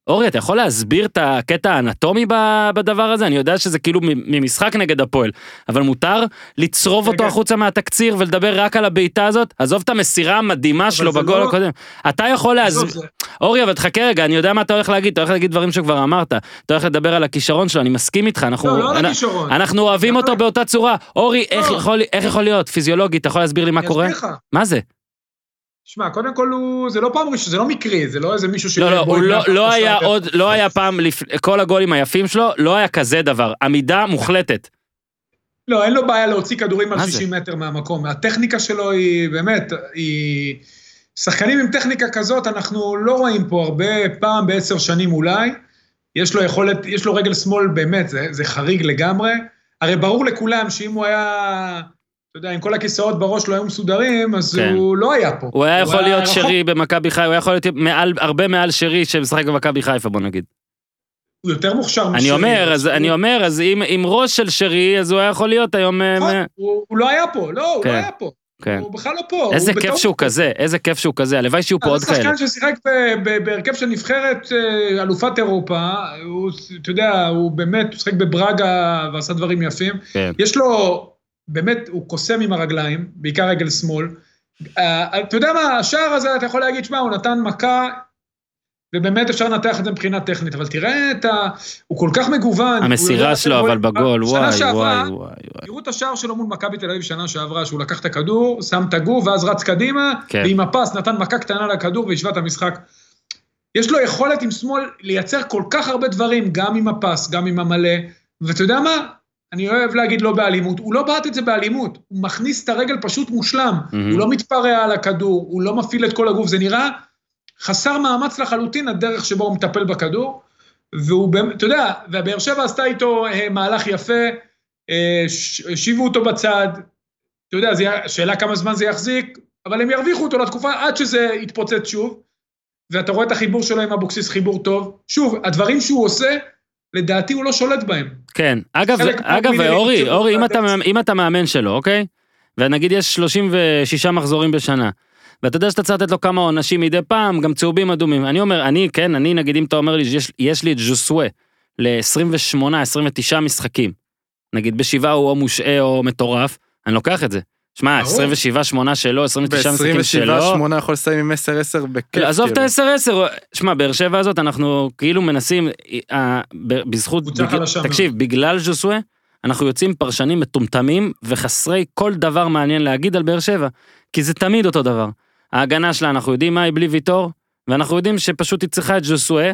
אורי, אתה יכול להסביר את הקטע האנטומי בדבר הזה? אני יודע שזה כאילו ממשחק נגד הפועל, אבל מותר לצרוב אותו החוצה מהתקציר ולדבר רק על הביתה הזאת? עזוב את המסירה המדהימה שלו בגול הקודם. אתה יכול להסביר... אורי, אבל תחכה רגע, אני יודע מה אתה הולך להגיד, אתה הולך להגיד דברים שכבר אמרת, אתה הולך לדבר על הכישרון שלו, אני מסכים איתך, אנחנו אוהבים אותו באותה צורה. אורי, איך יכול להיות? פיזיולוגית, אתה יכול להסביר לי מה קורה? מה זה? שמע, קודם כל הוא, זה לא פעם ראשונה, זה לא מקרי, זה לא איזה מישהו ש... לא, לא, הוא לא, לא היה עוד, לא היה פעם, כל הגולים היפים שלו, לא היה כזה דבר, עמידה מוחלטת. לא, אין לו בעיה להוציא כדורים על שישים מטר מהמקום, הטכניקה שלו היא, באמת, היא... שחקנים עם טכניקה כזאת, אנחנו לא רואים פה הרבה, פעם בעשר שנים אולי, יש לו יכולת, יש לו רגל שמאל, באמת, זה, זה חריג לגמרי, הרי ברור לכולם שאם הוא היה... אתה יודע, אם כל הכיסאות בראש לא היו מסודרים, אז כן. הוא לא היה פה. הוא היה יכול להיות רחוק. שרי במכבי חיפה, הוא היה יכול להיות מעל, הרבה מעל שרי שמשחק במכבי חיפה, בוא נגיד. הוא יותר מוכשר משרי. אני אומר, אז, אני אומר, אז עם, עם ראש של שרי, אז הוא היה יכול להיות היום... נכון, מ... הוא, הוא לא היה פה, לא, הוא כן. לא היה פה. כן. הוא בכלל לא פה. איזה כיף שהוא פה. כזה, איזה כיף שהוא כזה, הלוואי שיהיו פה עוד כאלה. השחקן ששיחק בהרכב של נבחרת אלופת אירופה, הוא, אתה יודע, הוא באמת, הוא שיחק בברגה ועשה דברים יפים. כן. יש לו... באמת, הוא קוסם עם הרגליים, בעיקר רגל שמאל. אתה יודע מה, השער הזה, אתה יכול להגיד, שמה, הוא נתן מכה, ובאמת אפשר לנתח את זה מבחינה טכנית, אבל תראה את ה... הוא כל כך מגוון. המסירה שלו, אבל בגול, וואי, וואי, וואי. תראו את השער שלו מול מכבי תל אביב שנה שעברה, שהוא לקח את הכדור, שם את הגוף, ואז רץ קדימה, ועם הפס נתן מכה קטנה לכדור, והשווה את המשחק. יש לו יכולת עם שמאל לייצר כל כך הרבה דברים, גם עם הפס, גם עם המלא, ואתה יודע מה? אני אוהב להגיד לא באלימות, הוא לא בעט את זה באלימות, הוא מכניס את הרגל פשוט מושלם, mm-hmm. הוא לא מתפרע על הכדור, הוא לא מפעיל את כל הגוף, זה נראה חסר מאמץ לחלוטין, הדרך שבו הוא מטפל בכדור, והוא, אתה יודע, והבאר שבע עשתה איתו מהלך יפה, השיבו אותו בצד, אתה יודע, שאלה כמה זמן זה יחזיק, אבל הם ירוויחו אותו לתקופה עד שזה יתפוצץ שוב, ואתה רואה את החיבור שלו עם אבוקסיס, חיבור טוב, שוב, הדברים שהוא עושה, לדעתי הוא לא שולט בהם. כן, אגב, אגב, אורי, אורי, אם אתה, אם אתה מאמן שלו, אוקיי? ונגיד יש שלושים ושישה מחזורים בשנה, ואתה יודע שאתה צריך לתת לו כמה עונשים מדי פעם, גם צהובים אדומים. אני אומר, אני, כן, אני נגיד אם אתה אומר לי, יש, יש לי את ז'וסווה ל-עשרים ושמונה עשרים ותשע משחקים, נגיד בשבעה הוא או מושעה או מטורף, אני לוקח את זה. שמע, עשרים ושבע שמונה שלו, עשרים ותשע משחקים שלו. ב-עשרים ושבע שמונה יכול לסיים עם עשר עשר בכיף. עזוב את ה-עשר עשר, שמע, באר שבע הזאת אנחנו כאילו מנסים, בזכות, תקשיב, בגלל ז'וסווה, אנחנו יוצאים פרשנים מטומטמים, וחסרי כל דבר מעניין להגיד על באר שבע, כי זה תמיד אותו דבר. ההגנה שלה, אנחנו יודעים מה היא בלי ויתור, ואנחנו יודעים שפשוט היא צריכה את ז'וסווה,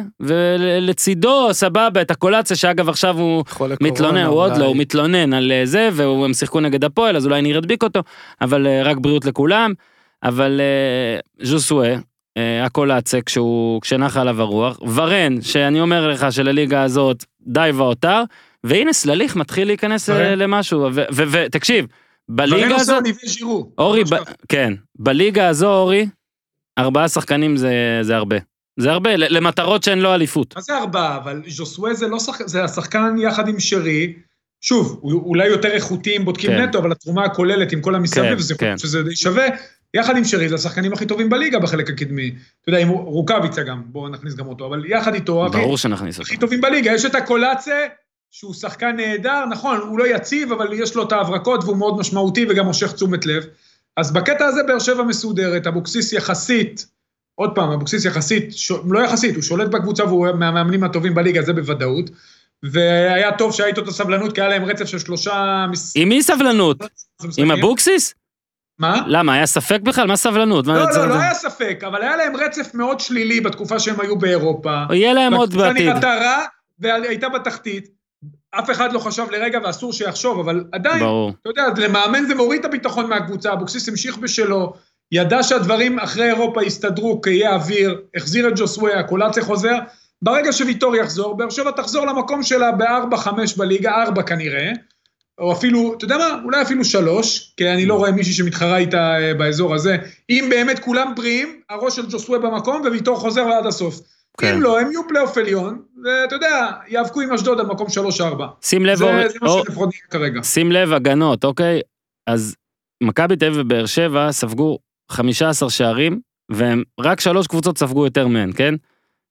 ולצידו סבבה את הקולציה, שאגב עכשיו הוא מתלונן, הוא עוד לא, הוא מתלונן על זה, והם שיחקו נגד הפועל, אז אולי אני ארדביק אותו, אבל רק בריאות לכולם, אבל ז'וסווה, הקולציה, כשנחה עליו הרוח, ורן, שאני אומר לך שלליגה הזאת די ואותר, והנה סלליך מתחיל להיכנס למשהו, ותקשיב, בליגה הזאת, אורי, כן, בליגה הזו, אורי, ארבעה שחקנים זה, זה הרבה. זה הרבה, למטרות שהן לא אליפות. מה זה ארבעה? אבל ז'וסווה זה לא שחקן, זה השחקן יחד עם שרי, שוב, הוא אולי יותר איכותי אם בודקים כן. נטו, אבל התרומה הכוללת עם כל המסביב, כן, זה, כן. שזה די שווה, יחד עם שרי, זה השחקנים הכי טובים בליגה בחלק הקדמי. אתה יודע, עם רוקביצה גם, בואו נכניס גם אותו, אבל יחד איתו, ברור שנכניס אותו. הכי טובים בליגה, יש את הקולציה, שהוא שחקן נהדר, נכון, הוא לא יציב, אבל יש לו את ההברקות, והוא מאוד משמעותי וגם מושך תשומת לב. אז בקטע הזה באר שבע מסודרת, אבוקסיס יחסית, עוד פעם, אבוקסיס יחסית, לא יחסית, הוא שולט בקבוצה והוא מהמאמנים הטובים בליגה, זה בוודאות, והיה טוב שהיה איתו את הסבלנות, כי היה להם רצף של שלושה... עם מי סבלנות? עם אבוקסיס? מה? למה, היה ספק בכלל? מה סבלנות? לא, לא, לא היה ספק, אבל היה להם רצף מאוד שלילי בתקופה שהם היו באירופה. יהיה להם עוד בעתיד. בתקופה נראתה רע, והייתה בתחתית. אף אחד לא חשב לרגע ואסור שיחשוב, אבל עדיין, ברור. אתה יודע, למאמן זה מוריד את הביטחון מהקבוצה, אבוקסיס המשיך בשלו, ידע שהדברים אחרי אירופה יסתדרו, כי יהיה אוויר, החזיר את ג'וסווה, הקולציה חוזר, ברגע שוויטור יחזור, באר שבע תחזור למקום שלה ב-ארבע חמש בליגה, ארבע כנראה, או אפילו, אתה יודע מה, אולי אפילו שלוש, כי אני לא רואה מישהי שמתחרה איתה באזור הזה, אם באמת כולם בריאים, הראש של ג'וסווה במקום, וויטור חוזר עד הסוף. אם לא, הם יהיו פלייאוף עליון, ואתה יודע, יאבקו עם אשדוד על מקום שלוש ארבע. שים לב, זה מה שלפחות נהיה כרגע. שים לב, הגנות, אוקיי? אז מכבי תל אביב ובאר שבע ספגו חמישה עשר שערים, והם רק שלוש קבוצות ספגו יותר מהן, כן?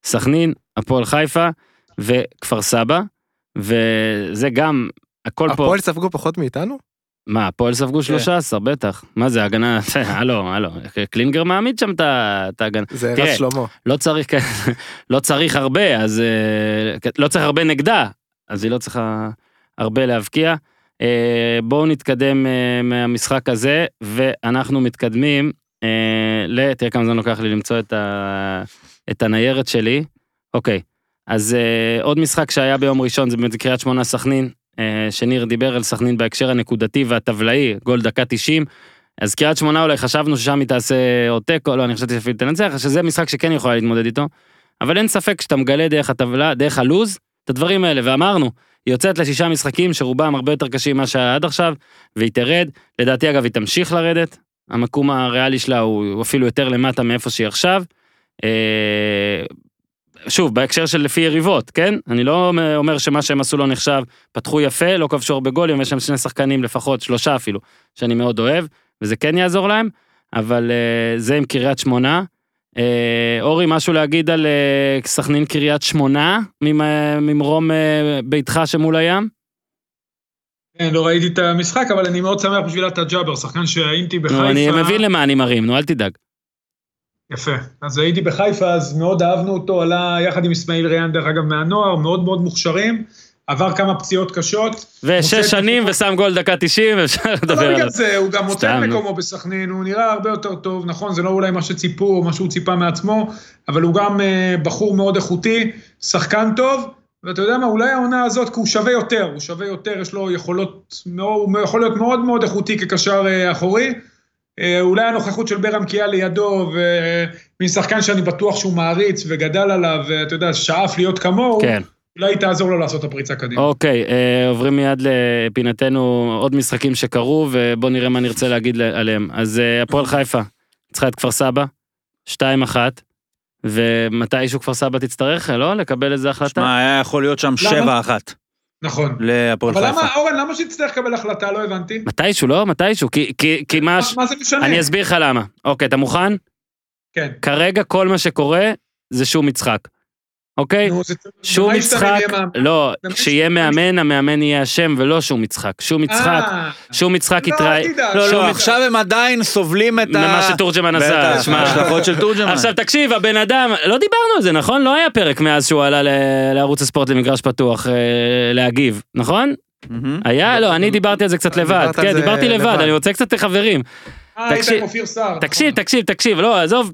סכנין, הפועל חיפה וכפר סבא, וזה גם, הכל פה... הפועל ספגו פחות מאיתנו? מה, הפועל ספגו שלושה עשר, בטח. מה זה, הגנה, הלו, הלו, קלינגר מעמיד שם את ההגנה. זה רז שלמה. לא צריך, לא צריך הרבה, אז לא צריך הרבה נגדה, אז היא לא צריכה הרבה להבקיע. בואו נתקדם מהמשחק הזה, ואנחנו מתקדמים, תראה כמה זמן לוקח לי למצוא את הניירת שלי. אוקיי, אז עוד משחק שהיה ביום ראשון, זה באמת קריית שמונה סכנין, שניר דיבר על סכנין בהקשר הנקודתי והטבלאי, גול דקה תשעים, אז קריית שמונה אולי חשבנו ששם היא תעשה עוד תיקו, לא, אני חשבתי שאפילו תנצח, שזה משחק שכן יכולה להתמודד איתו, אבל אין ספק שאתה מגלה דרך הטבלה, דרך הלוז, את הדברים האלה, ואמרנו, היא יוצאת לשישה משחקים שרובם הרבה יותר קשים מה שהיה עד עכשיו, והיא תרד, לדעתי אגב היא תמשיך לרדת, המקום הריאלי שלה הוא אפילו יותר למטה מאיפה שהיא עכשיו, שוב, בהקשר של לפי יריבות, כן? אני לא אומר שמה שהם עשו לא נחשב, פתחו יפה, לא כבשו הרבה גולים, יש שם שני שחקנים לפחות, שלושה אפילו, שאני מאוד אוהב, וזה כן יעזור להם, אבל uh, זה עם קריית שמונה. Uh, אורי, משהו להגיד על uh, סכנין קריית שמונה, ממרום uh, ביתך שמול הים? כן, לא ראיתי את המשחק, אבל אני מאוד שמח בשבילה את הג'אבר, שחקן שהייתי בחיפה. אני מבין למה אני מרים, נו, אל תדאג. יפה, אז הייתי בחיפה, אז מאוד אהבנו אותו, עלה יחד עם אסמאעיל ריאן, דרך אגב מהנוער, מאוד מאוד מוכשרים, עבר כמה פציעות קשות. ושש שנים ושם גול דקה תשעים, ואפשר לדבר עליו. זה, הוא גם מוצא את מקומו בסכנין, הוא נראה הרבה יותר טוב, נכון, זה לא אולי מה שציפו, או מה שהוא ציפה מעצמו, אבל הוא גם בחור מאוד איכותי, שחקן טוב, ואתה יודע מה, אולי העונה הזאת, כי הוא שווה יותר, הוא שווה יותר, יש לו יכולות, הוא יכול להיות מאוד מאוד איכותי כקשר אחורי, אולי הנוכחות של ברם קיאל לידו, ומין שחקן שאני בטוח שהוא מעריץ, וגדל עליו, ואתה יודע, שאף להיות כמוהו, כן. אולי תעזור לו לעשות את הפריצה קדימה. אוקיי, עוברים מיד לפינתנו עוד משחקים שקרו, ובוא נראה מה נרצה להגיד עליהם. אז הפועל חיפה, צריכה את כפר סבא, שתיים אחת, ומתישהו כפר סבא תצטרך, לא? לקבל איזה החלטה? שמה, היה יכול להיות שם שבע אחת. נכון. להפועל חיפה. אבל למה, אורן, למה שתצטרך לקבל החלטה? לא הבנתי. מתישהו, לא? מתישהו, כי, כי, כי מה... מה זה משנה? אני אסביר לך למה. אוקיי, אתה מוכן? כן. כרגע כל מה שקורה זה שום משחק. אוקיי? שום משחק, לא, כשיהיה מאמן, המאמן יהיה השם ולא שום משחק. שום משחק, שום משחק יתראה. לא, לא, עכשיו הם עדיין סובלים את ה... ממה שתורג'מן עשה. השלכות של תורג'מן. עכשיו תקשיב, הבן אדם, לא דיברנו על זה, נכון? לא היה פרק מאז שהוא עלה לערוץ הספורט למגרש פתוח להגיב, נכון? היה? לא, אני דיברתי על זה קצת לבד. כן, דיברתי לבד, אני רוצה קצת חברים. תקשיב, תקשיב, תקשיב, לא, עזוב.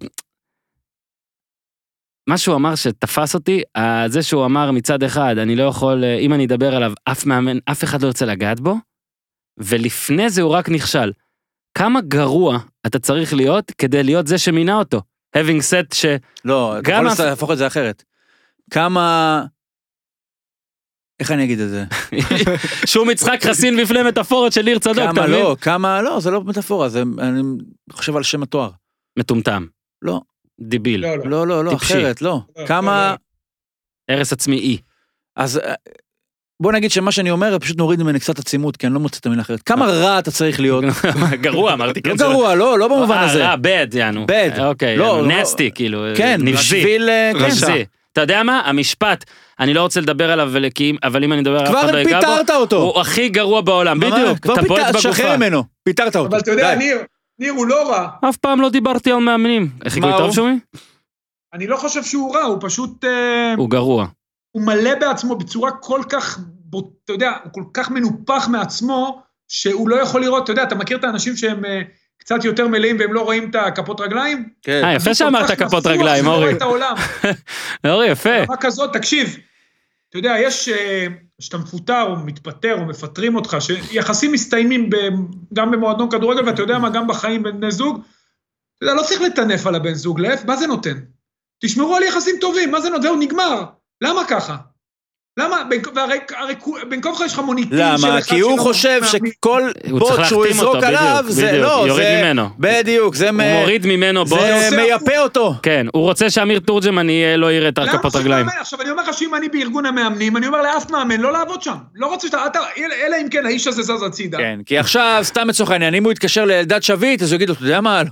מה שהוא אמר שתפס אותי, זה שהוא אמר מצד אחד, אני לא יכול, אם אני אדבר עליו, אף מאמן, אף אחד לא יוצא לגעת בו, ולפני זה הוא רק נכשל. כמה גרוע אתה צריך להיות, כדי להיות זה שמינה אותו? having said ש... לא, אתה יכול להפוך את זה אחרת. כמה... איך אני אגיד את זה? שום משחק חסין בפני מטאפורות של ניר צדוק, כמה לא, כמה לא, זה לא מטאפורה, זה, אני חושב על שם התואר. מטומטם. לא. דיביל. לא, לא, לא, לא, אחרת, לא. כמה... הרס עצמי אי. אז בוא נגיד שמה שאני אומר, פשוט נוריד ממני קצת עצימות, כי אני לא מוצא את המילה אחרת. כמה רע אתה צריך להיות? גרוע, אמרתי. לא גרוע, לא, לא במובן הזה. רע, בד, יענו. בד. אוקיי, נסטי, כאילו. כן, בשביל... נבזי. אתה יודע מה? המשפט, אני לא רוצה לדבר עליו, אבל אם אני מדבר עליו, כבר פיתרת אותו. הוא הכי גרוע בעולם, בדיוק. כבר שחרר ממנו, פיתרת אותו. אבל אתה יודע, ניר, ניר הוא לא רע. אף פעם לא דיברתי על מאמנים. איך יקוי טוב שומי? אני לא חושב שהוא רע, הוא פשוט... הוא גרוע. הוא מלא בעצמו בצורה כל כך, אתה יודע, הוא כל כך מנופח מעצמו, שהוא לא יכול לראות, אתה יודע, אתה מכיר את האנשים שהם קצת יותר מלאים, והם לא רואים את הכפות רגליים? כן. אה, יפה שאמרת כפות רגליים, אורי. אורי, יפה. מה כזאת, תקשיב, אתה יודע, יש, שאתה מפוטר או מתפטר או מפטרים אותך, שיחסים מסתיימים גם במועדון כדורגל, ואתה יודע מה, גם בחיים בין בני זוג, אתה יודע, לא צריך לטנף על הבן זוג, להפך, מה זה נותן? תשמרו על יחסים טובים, מה זה נותן? זהו, נגמר. למה ככה? למה? בין כה יש לך מוניטין של אחד... למה? כי הוא חושב שכל בוט שהוא יזרוק עליו, זה לא, זה... בדיוק, זה... הוא מוריד ממנו בוט. זה מייפה אותו. כן, הוא רוצה שאמיר תורג'מן לא יראה את הכפות רגליים. עכשיו, אני אומר לך שאם אני בארגון המאמנים, אני אומר לאף מאמן לא לעבוד שם. לא רוצה שאתה... אלא אם כן, האיש הזה זז הצידה. כן, כי עכשיו, סתם מצורך העניין, אם הוא יתקשר לילדת שביט, אז הוא יגיד לו, אתה יודע מה, לא,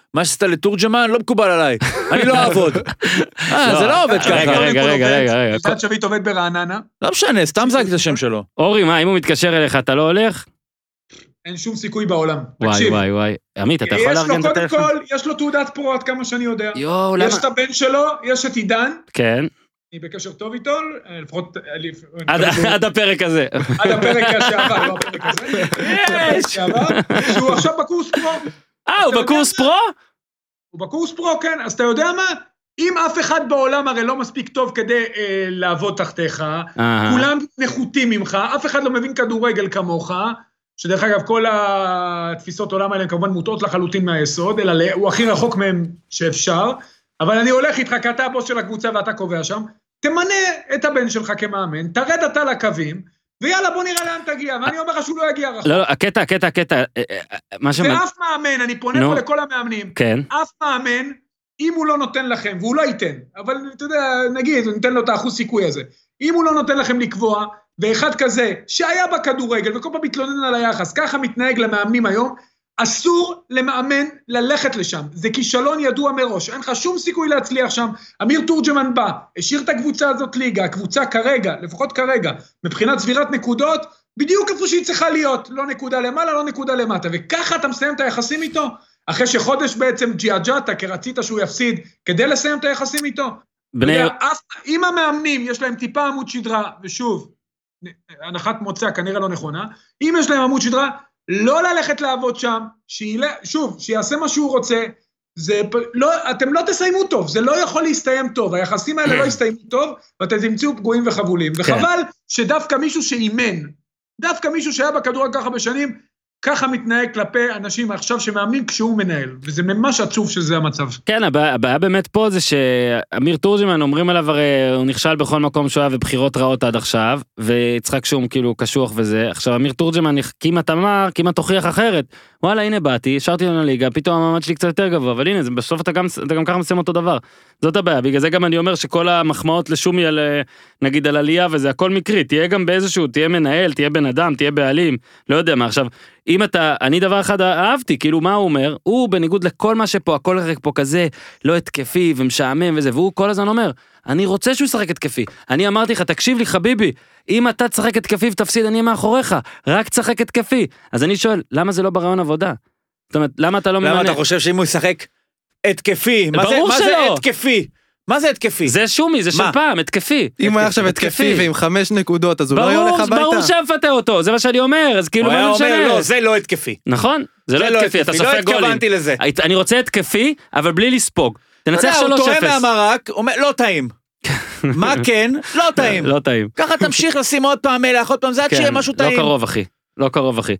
מה שעשית לתורג'מן לא מקובל עליי, אני לא אעבוד. אה, זה לא עובד ככה. רגע, רגע, רגע, רגע. אלדד שביט עובד ברעננה. לא משנה, סתם זרקתי את השם שלו. אורי, מה, אם הוא מתקשר אליך, אתה לא הולך? אין שום סיכוי בעולם. וואי, וואי, וואי. עמית, אתה יכול לארגן את הטלפון? קודם כל, יש לו תעודת פרו עד כמה שאני יודע. יואו, למה? יש את הבן שלו, יש את עידן. כן. אני בקשר טוב איתו, לפחות... עד הפרק הזה. עד הפרק שעבר, לא הפרק הזה. יש! שהוא עכשיו בקורס פרו. אה, הוא בקורס פרו? הוא בקורס פרו, כן. אז אתה יודע מה? אם אף אחד בעולם הרי לא מספיק טוב כדי לעבוד תחתיך, כולם נחותים ממך, אף אחד לא מבין כדורגל כמוך, שדרך אגב, כל התפיסות עולם האלה כמובן מוטעות לחלוטין מהיסוד, אלא הוא הכי רחוק מהם שאפשר, אבל אני הולך איתך, כי אתה הבוס של הקבוצה ואתה קובע שם, תמנה את הבן שלך כמאמן, תרד אתה לקווים, ויאללה בוא נראה לאן תגיע, ואני אומר לך שהוא לא יגיע רחוק. לא, לא, הקטע, הקטע, הקטע, ואף מאמן, אני פונה פה לכל המאמנים, אף מאמן, אם הוא לא נותן לכם, והוא לא ייתן, אבל אתה יודע, נגיד, הוא ניתן לו את האחוז סיכוי הזה, אם הוא לא נותן לכם לקבוע, ואחד כזה, שהיה בכדורגל, וכל פעם מתלונן על היחס, ככה מתנהג למאמנים היום, אסור למאמן ללכת לשם, זה כישלון ידוע מראש, אין לך שום סיכוי להצליח שם, אמיר תורג'מן בא, השאיר את הקבוצה הזאת ליגה, הקבוצה כרגע, לפחות כרגע, מבחינת סבירת נקודות, בדיוק איפה שהיא צריכה להיות, לא נקודה למעלה, לא נקודה למטה, וככה אתה מסיים את היחסים איתו, אחרי שחודש בעצם ג'יאג'אטה, כי רצית שהוא יפסיד, כדי לסיים את היחסים איתו, בני... יודע, אף, אם המאמנים יש להם טיפה עמוד שדרה, ושוב, הנחת מוצא כנראה לא נכונה, אם יש להם עמוד שדרה, לא ללכת לעבוד שם, שילה, שוב, שיעשה מה שהוא רוצה, זה, לא, אתם לא תסיימו טוב, זה לא יכול להסתיים טוב, היחסים האלה לא יסתיימו טוב, ואתם תמצאו פגועים וחבולים, וחבל שדווקא מישהו שאימן, דווקא מישהו שהיה בכדורגל ככה בשנים, ככה מתנהג כלפי אנשים עכשיו שמאמנים כשהוא מנהל, וזה ממש עצוב שזה המצב. כן, הבעיה, הבעיה באמת פה זה שאמיר תורג'מן אומרים עליו הרי הוא נכשל בכל מקום שהוא היה ובחירות רעות עד עכשיו, ויצחק שום כאילו קשוח וזה, עכשיו אמיר תורג'מן כמעט אמר, כמעט הוכיח אחרת, וואלה הנה באתי, השארתי לנו ליגה, פתאום המעמד שלי קצת יותר גבוה, אבל הנה, בסוף אתה גם, אתה גם ככה מסיים אותו דבר, זאת הבעיה, בגלל זה גם אני אומר שכל המחמאות לשומי על, נגיד על עלייה וזה הכל מקרי, תהיה גם באיזשהו, תהיה מנהל, תהיה בן אדם, תהיה בעלים, לא יודע מה, עכשיו, אם אתה, אני דבר אחד אהבתי, כאילו מה הוא אומר, הוא בניגוד לכל מה שפה, הכל פה כזה, לא התקפי ומשעמם וזה, והוא כל הזמן אומר, אני רוצה שהוא ישחק התקפי, אני אמרתי לך, תקשיב לי חביבי, אם אתה תשחק התקפי ותפסיד, אני מאחוריך, רק תשחק התקפי, אז אני שואל, למה זה לא ברעיון עבודה? זאת אומרת, למה אתה לא ממנה? למה אתה חושב שאם הוא ישחק התקפי, מה זה התקפי? מה זה התקפי? זה שומי, זה של פעם, התקפי. אם הוא היה עכשיו התקפי ועם חמש נקודות, אז הוא לא היה הולך הביתה. ברור שמפתה אותו, זה מה שאני אומר, אז כאילו מה זה משנה? הוא היה אומר, לא, זה לא התקפי. נכון, זה לא התקפי, אתה סופג גולים. לא התכוונתי לזה. אני רוצה התקפי, אבל בלי לספוג. תנצח שלוש אפס. הוא טועה מהמרק, אומר, לא טעים. מה כן? לא טעים. לא טעים. ככה תמשיך לשים עוד פעם מלח, עוד פעם זה עד שיהיה משהו טעים. לא קרוב אחי. לא קרוב אחי.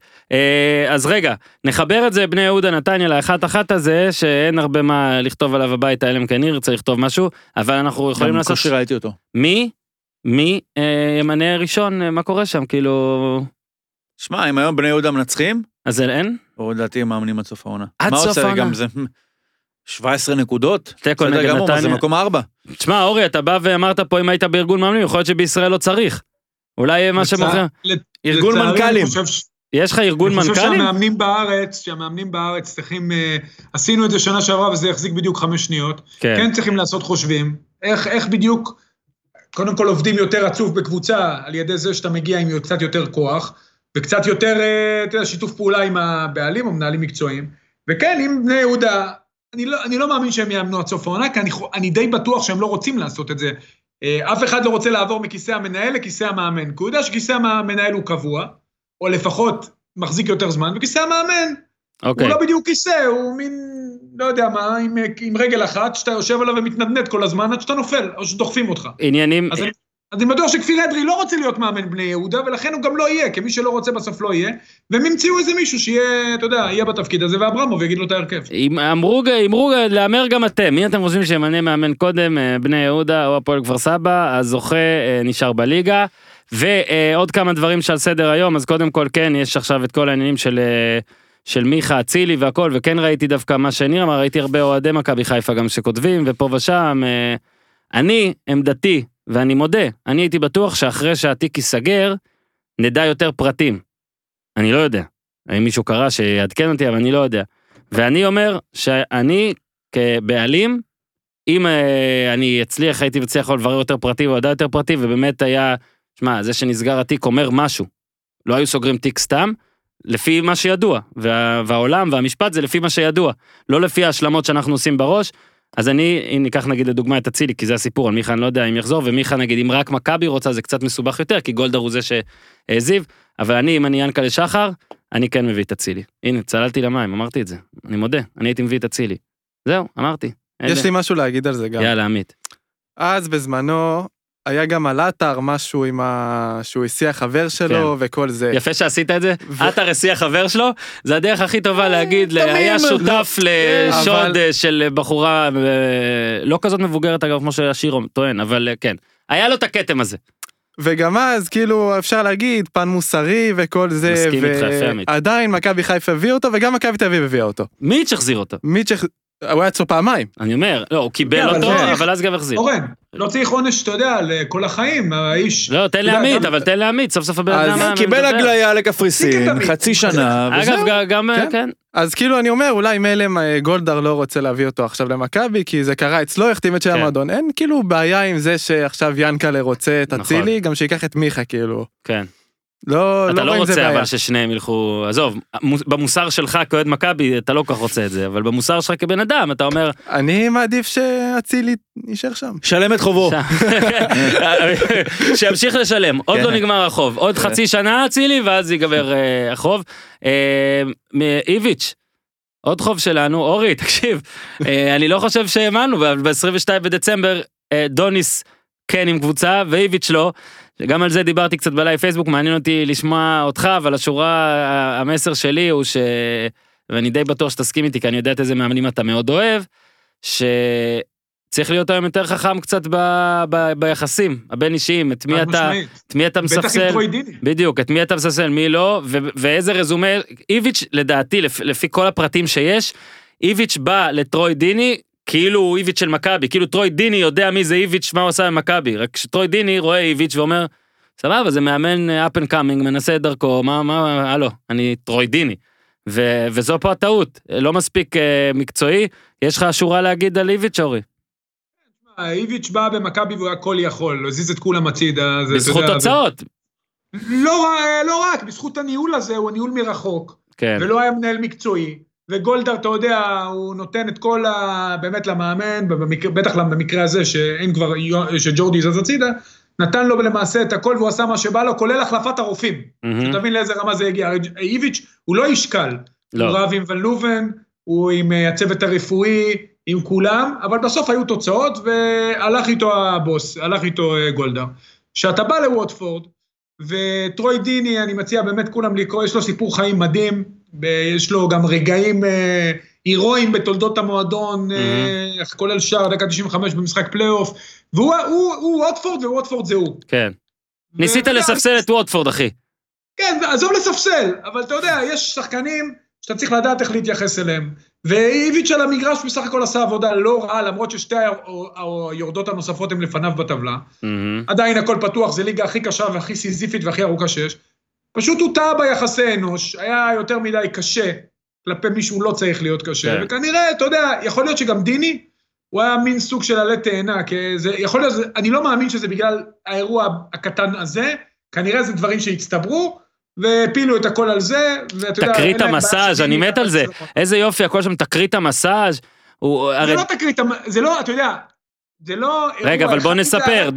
אז רגע, נחבר את זה בני יהודה נתניה לאחת אחת הזה, שאין הרבה מה לכתוב עליו הביתה, אלא אם כן ירצה לכתוב משהו, אבל אנחנו יכולים לעשות... גם ראיתי אותו. מי? מי ימנה ראשון? מה קורה שם? כאילו... שמע, אם היום בני יהודה מנצחים... אז אין? או לדעתי הם מאמנים עד סוף העונה. עד סוף העונה? גם זה... שבע עשרה נקודות. תיקו נגד נתניה. זה מקום ארבע. תשמע, אורי, אתה בא ואמרת פה אם היית בארגון מאמנים, יכול להיות שבישראל לא צריך. אולי מה שמוכר... ארגון מנכ"לים. יש לך ארגון מנכ"לים? אני חושב שהמאמנים בארץ, שהמאמנים בארץ צריכים, עשינו את זה שנה שעברה וזה יחזיק בדיוק חמש שניות, כן צריכים לעשות חושבים, איך בדיוק, קודם כל עובדים יותר עצוב בקבוצה, על ידי זה שאתה מגיע עם קצת יותר כוח, וקצת יותר שיתוף פעולה עם הבעלים או מנהלים מקצועיים, וכן, עם בני יהודה, אני לא, אני לא מאמין שהם יאמנו עד סוף העונה, כי אני, אני די בטוח שהם לא רוצים לעשות את זה, אף אחד לא רוצה לעבור מכיסא המנהל לכיסא המאמן, כי הוא יודע שכיסא המנהל הוא קבוע, או לפחות מחזיק יותר זמן, וכיסא המאמן, okay. הוא לא בדיוק כיסא, הוא מין, לא יודע מה, עם, עם רגל אחת, שאתה יושב עליו ומתנדנד כל הזמן, עד שאתה נופל, או שדוחפים אותך. עניינים... אז אני, אז אני בטוח שכפיר אדרי לא רוצה להיות מאמן בני יהודה, ולכן הוא גם לא יהיה, כי מי שלא רוצה בסוף לא יהיה, והם ימצאו איזה מישהו שיהיה, אתה יודע, יהיה בתפקיד הזה, ואברמוב יגיד לו את ההרכב. אמרו, אמרו, לאמר גם אתם, מי אתם חושבים שימנה מאמן קודם, בני יהודה או הפועל כפר סבא, הזוכה נשאר בליגה, ועוד כמה דברים שעל סדר היום, אז קודם כל כן, יש עכשיו את כל העניינים של, של מיכה, אצילי והכל, וכן ראיתי דווקא מה שניר אמר, ראיתי הרבה אוהדי מכבי חיפה גם שכותבים, ופה ושם, אני, עמדתי, ואני מודה, אני הייתי בטוח שאחרי שהתיק ייסגר, נדע יותר פרטים. אני לא יודע. האם מישהו קרא שיעדכן אותי, אבל אני לא יודע. ואני אומר שאני כבעלים, אם אני אצליח, הייתי מצליח לברר יותר פרטי, או ידע יותר פרטי, ובאמת היה, שמה, זה שנסגר התיק אומר משהו, לא היו סוגרים תיק סתם, לפי מה שידוע, וה, והעולם והמשפט זה לפי מה שידוע, לא לפי ההשלמות שאנחנו עושים בראש, אז אני, אם ניקח נגיד לדוגמה את הצילי, כי זה הסיפור, על מיכה אני לא יודע אם יחזור, ומיכה נגיד אם רק מכבי רוצה, זה קצת מסובך יותר, כי גולדר הוא זה שהזיב, אבל אני, אם אני ינקה לשחר, אני כן מביא את הצילי. הנה, צללתי למים, אמרתי את זה, אני מודה, אני הייתי מביא את הצילי. זהו, אמרתי. יש לי משהו להגיד על זה גם. יאללה, עמית. אז בזמנו, היה גם על אתר משהו עם ה... שהוא הסיע חבר שלו כן. וכל זה. יפה שעשית את זה, ו... אתר הסיע חבר שלו, זה הדרך הכי טובה להגיד, היה שותף לא... לשוד אבל... של בחורה, לא כזאת מבוגרת אגב, כמו שהשירו טוען, אבל כן, היה לו את הכתם הזה. וגם אז, כאילו, אפשר להגיד, פן מוסרי וכל זה, מסכים איתך, יפה, עמית. עדיין מכבי חיפה הביא אותו, וגם מכבי תל אביב הביאה אותו. מיץ' החזיר אותו. מיץ' הוא היה אצלו פעמיים. אני אומר, לא, הוא קיבל אותו, אבל אז גם החזיר. אורן, לא צריך עונש, אתה יודע, לכל החיים, האיש... לא, תן להעמיד, אבל תן להעמיד, סוף סוף הבן אדם... אז קיבל הגליה לקפריסין, חצי שנה, וזהו. אגב, גם, כן. אז כאילו אני אומר, אולי מלם גולדהר לא רוצה להביא אותו עכשיו למכבי, כי זה קרה אצלו, החתים את של המועדון. אין כאילו בעיה עם זה שעכשיו ינקלה רוצה את הצילי, גם שיקח את מיכה, כאילו. כן. לא, אתה לא רוצה אבל ששניהם ילכו, עזוב, במוסר שלך כאוהד מכבי, אתה לא כך רוצה את זה, אבל במוסר שלך כבן אדם, אתה אומר... אני מעדיף שהצילי יישאר שם. שלם את חובו. שימשיך לשלם, עוד לא נגמר החוב, עוד חצי שנה הצילי, ואז ייגבר החוב. איביץ', עוד חוב שלנו, אורי, תקשיב, אני לא חושב שהאמנו, ב-עשרים ושניים בדצמבר, דוניס כן עם קבוצה, ואיביץ' לא, גם על זה דיברתי קצת בלייב פייסבוק, מעניין אותי לשמוע אותך, אבל השורה, המסר שלי הוא ש... ואני די בטוח שתסכים איתי, כי אני יודעת איזה מאמנים אתה מאוד אוהב, שצריך להיות היום יותר חכם קצת ב... ב... ביחסים, הבין אישיים, את מי אתה, את מי אתה מספסל, בטח עם טרוי דיני. בדיוק, את מי אתה מספסל, מי לא, ו... ואיזה רזומה, איביץ' לדעתי, לפ... לפי כל הפרטים שיש, איביץ' בא לטרוי דיני, כאילו הוא איביץ' של מכבי, כאילו טרוי דיני יודע מי זה איביץ', מה הוא עושה במכבי, רק שטרוי דיני רואה איביץ' ואומר, סבבה, זה מאמן up and coming, מנסה את דרכו, מה, מה, הלו, אני טרוי דיני, ו, וזו פה הטעות, לא מספיק uh, מקצועי, יש לך שורה להגיד על איביץ' אורי? איביץ' בא במכבי והוא היה כל יכול, הזיז את כולם הצידה. בזכות תוצאות. לא, לא רק, בזכות הניהול הזה, הוא הניהול מרחוק, כן. ולא היה מנהל מקצועי, וגולדהר, אתה יודע, הוא נותן את כל ה... באמת למאמן, במקרה, בטח במקרה הזה, שאין כבר, שג'ורדי זז הצידה, נתן לו למעשה את הכל, והוא עשה מה שבא לו, כולל החלפת הרופאים. Mm-hmm. שתבין לאיזה רמה זה הגיע. איביץ' הוא לא אישקל. לא. הוא רב עם ון לובן, הוא עם הצוות הרפואי, עם כולם, אבל בסוף היו תוצאות, והלך איתו הבוס, הלך איתו גולדהר. שאתה בא לווטפורד, וטרוי דיני, אני מציע באמת כולם לקרוא, יש לו סיפור חיים מדהים, יש לו גם רגעים אה, הירואיים בתולדות המועדון, mm-hmm. אה, כולל שער, דקה תשעים וחמש במשחק פלייאוף, והוא הוא, הוא ווטפורד, וווטפורד זה הוא. כן. ו... ניסית ו... לספסל את ווטפורד, אחי. כן, עזוב לספסל, אבל אתה יודע, יש שחקנים שאתה צריך לדעת איך להתייחס אליהם, ואיביץ' על המגרש בסך הכל עשה עבודה לא רעה, למרות ששתי היורדות הנוספות הן לפניו בטבלה, mm-hmm. עדיין הכל פתוח, זה ליגה הכי קשה והכי סיזיפית והכי ארוכה שיש, פשוט הוא טעה ביחסי אנוש, היה יותר מדי קשה, כלפי מישהו לא צריך להיות קשה, כן. וכנראה, אתה יודע, יכול להיות שגם דיני, הוא היה מין סוג של עלי תאנה, כי זה, יכול להיות, אני לא מאמין שזה בגלל האירוע הקטן הזה, כנראה זה דברים שהצטברו, ופילו את הכל על זה, ואתה יודע... תקרית המסאז', אני מת על זה, איזה יופי, הכל שם תקרית המסאז', זה לא תקרית, זה לא, אתה יודע, זה לא... רגע, אבל בוא נספר,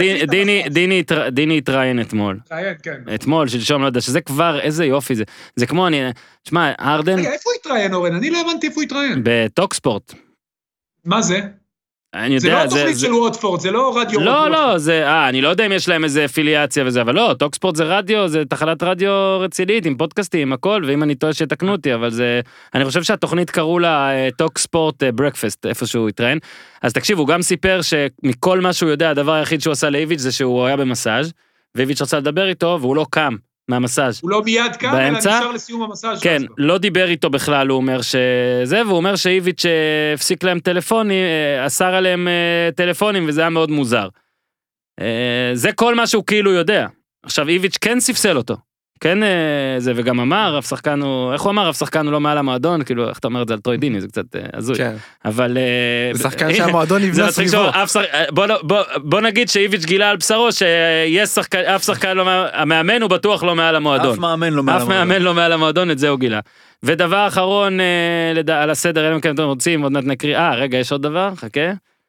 דיני התראיין אתמול. התראיין, כן. אתמול, שלשום, לא יודע, שזה כבר, איזה יופי זה. זה כמו אני, תשמע, ארדן... רגע, איפה הוא התראיין, אורן? אני לא הבנתי איפה הוא התראיין. בטוקספורט. מה זה? אני יודע, זה לא תוכנית של ווטפורד, זה לא רדיו ווטפורד. לא, לא, זה, אה, אני לא יודע אם יש להם איזה אפיליאציה וזה, אבל לא, טוקספורט זה רדיו, זה תחנת רדיו רצינית, עם פודקאסטים, עם הכל, ואם אני טועה שתקנו אותי, אבל זה, אני חושב שהתוכנית קראו לה טוקספורט ברקפסט, איפה שהוא התראיין. אז תקשיב, הוא גם סיפר שמכל מה שהוא יודע, הדבר היחיד שהוא עשה לאיביץ' זה שהוא היה במסאז', ואיביץ' רצה לדבר איתו, והוא לא קם מהמסאז'. הוא לא מיד קם, אלא נשאר לסיום המסאז'. כן, לא דיבר איתו בכלל, הוא אומר שזה, והוא אומר שאיביץ' הפסיק להם טלפונים, אסר עליהם טלפונים, וזה היה מאוד מוזר. זה כל מה שהוא כאילו יודע. עכשיו, איביץ' כן ספסל אותו. כן, זה, וגם אמר, אף שחקן הוא, איך הוא אמר, אף שחקן הוא לא מעל המועדון, כאילו, איך אתה אומר את זה על טרוי דיני, זה קצת הזוי. כן. אבל... זה שחקן שהמועדון נבנה סביבו. בוא, בוא, בוא נגיד שאיביץ' גילה על בשרו, שיש שחקן, אף שחקן לא מעל, המאמן הוא בטוח לא מעל המועדון. אף מאמן לא מעל המועדון. אף מאמן לא מעל המועדון, את זה הוא גילה. ודבר אחרון, על הסדר, אלא אם כן אתם רוצים, עוד מעט נקריא, אה, רגע, יש עוד דבר, חכה.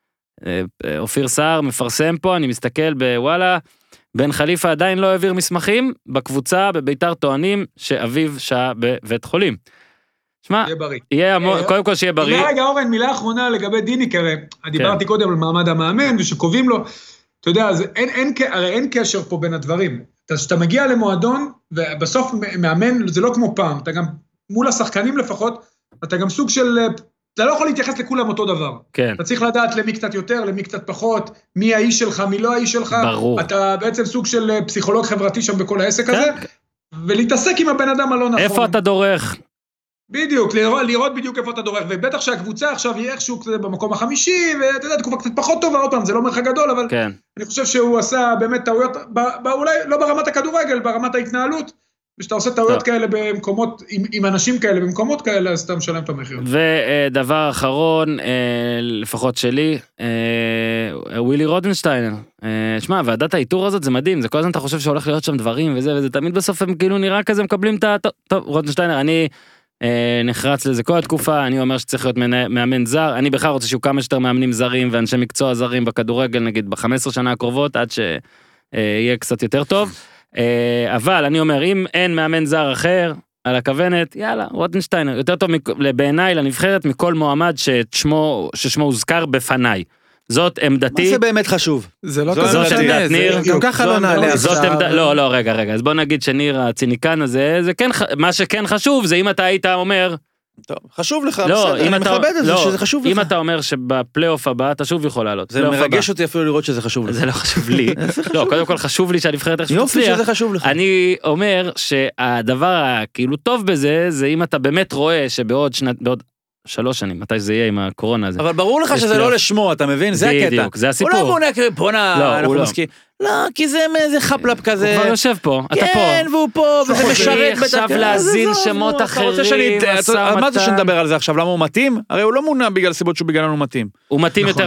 אופיר סער מפרסם פה, אני מסתכל בוואלה, בן חליפה עדיין לא העביר מסמכים, בקבוצה בביתר טוענים שאביו שעה בבית חולים. שמע, יהיה המון, קודם כל שיהיה בריא. רגע אורן, מילה אחרונה לגבי דיני, כי הרי דיברתי קודם על מעמד המאמן, ושקובעים לו, אתה יודע, הרי אין קשר פה בין הדברים. כשאתה מגיע למועדון, ובסוף מאמן, זה לא כמו פעם, אתה גם מול השחקנים לפחות, אתה גם סוג של... אתה לא יכול להתייחס לכולם אותו דבר. כן. אתה צריך לדעת למי קצת יותר, למי קצת פחות, מי האיש שלך, מי לא האיש שלך. ברור. אתה בעצם סוג של פסיכולוג חברתי שם בכל העסק הזה, ולהתעסק עם הבן אדם הלא נכון. איפה אתה דורך? בדיוק, לראות, לראות בדיוק איפה אתה דורך, ובטח שהקבוצה עכשיו היא איכשהו קצת במקום החמישי, ואתה יודע, תקופה קצת פחות טובה, עוד פעם, זה לא מרחק גדול, אבל כן. אני חושב שהוא עשה באמת טעויות, אולי לא ברמת הכדורגל, ברמת ההתנהלות, ושאתה עושה טעויות כאלה במקומות, עם, עם אנשים כאלה, במקומות כאלה, אז אתה משלם את המחיר. ודבר אחרון, לפחות שלי, ווילי רוטנשטיינר. שמע, ועדת האיתור הזאת זה מדהים, זה כל הזמן אתה חושב שהולך להיות שם דברים וזה, וזה תמיד בסוף הם כאילו נראה כזה, מקבלים את ה... טוב, רוטנשטיינר, אני נחרץ לזה כל התקופה, אני אומר שצריך להיות מאמן זר, אני בכלל רוצה שיהיו כמה שיותר מאמנים זרים, ואנשי מקצוע זרים בכדורגל, נגיד, ב-חמש עשרה שנה הקרובות, עד שיהיה קצת יותר טוב. אבל אני אומר, אם אין מאמן זר אחר על הכוונת, יאללה, רוטנשטיינר, יותר טוב בעיניי לנבחרת מכל מועמד ששמו, ששמו הוזכר בפניי. זאת עמדתי. מה זה באמת חשוב? זה לא כזה משנה, גם ככה לא נעלה עכשיו. לא, לא, רגע, רגע, אז בוא נגיד שניר הציניקן הזה, זה כן, מה שכן חשוב, זה אם אתה היית אומר, טוב, חשוב לך, בסדר, אני מכבד את זה, שזה חשוב לך. אם אתה אומר שבפלייאוף הבא, אתה שוב יכול לעלות. זה מרגש אותי אפילו לראות שזה חשוב לך. זה לא חשוב לי. לא, קודם כל חשוב לי שהנבחרת איך שתצליח. יופי שזה חשוב לך. אני אומר שהדבר הכאילו טוב בזה, זה אם אתה באמת רואה שבעוד שנת, בעוד שלוש שנים, מתי שזה יהיה עם הקורונה הזה. אבל ברור לך שזה לא לשמו, אתה מבין? זה הקטע. בדיוק, זה הסיפור. הוא לא מונה, בוא נע, אנחנו מסכים. לא, כי זה איזה חפלפ כזה. הוא כבר יושב פה, אתה פה. כן, והוא פה, וזה משרת. עכשיו להזין שמות אחרים. מה זה שנדבר על זה עכשיו? למה הוא מתאים? הרי הוא לא מונה בגלל סיבות שהוא בגלל הוא מתאים. הוא מתאים יותר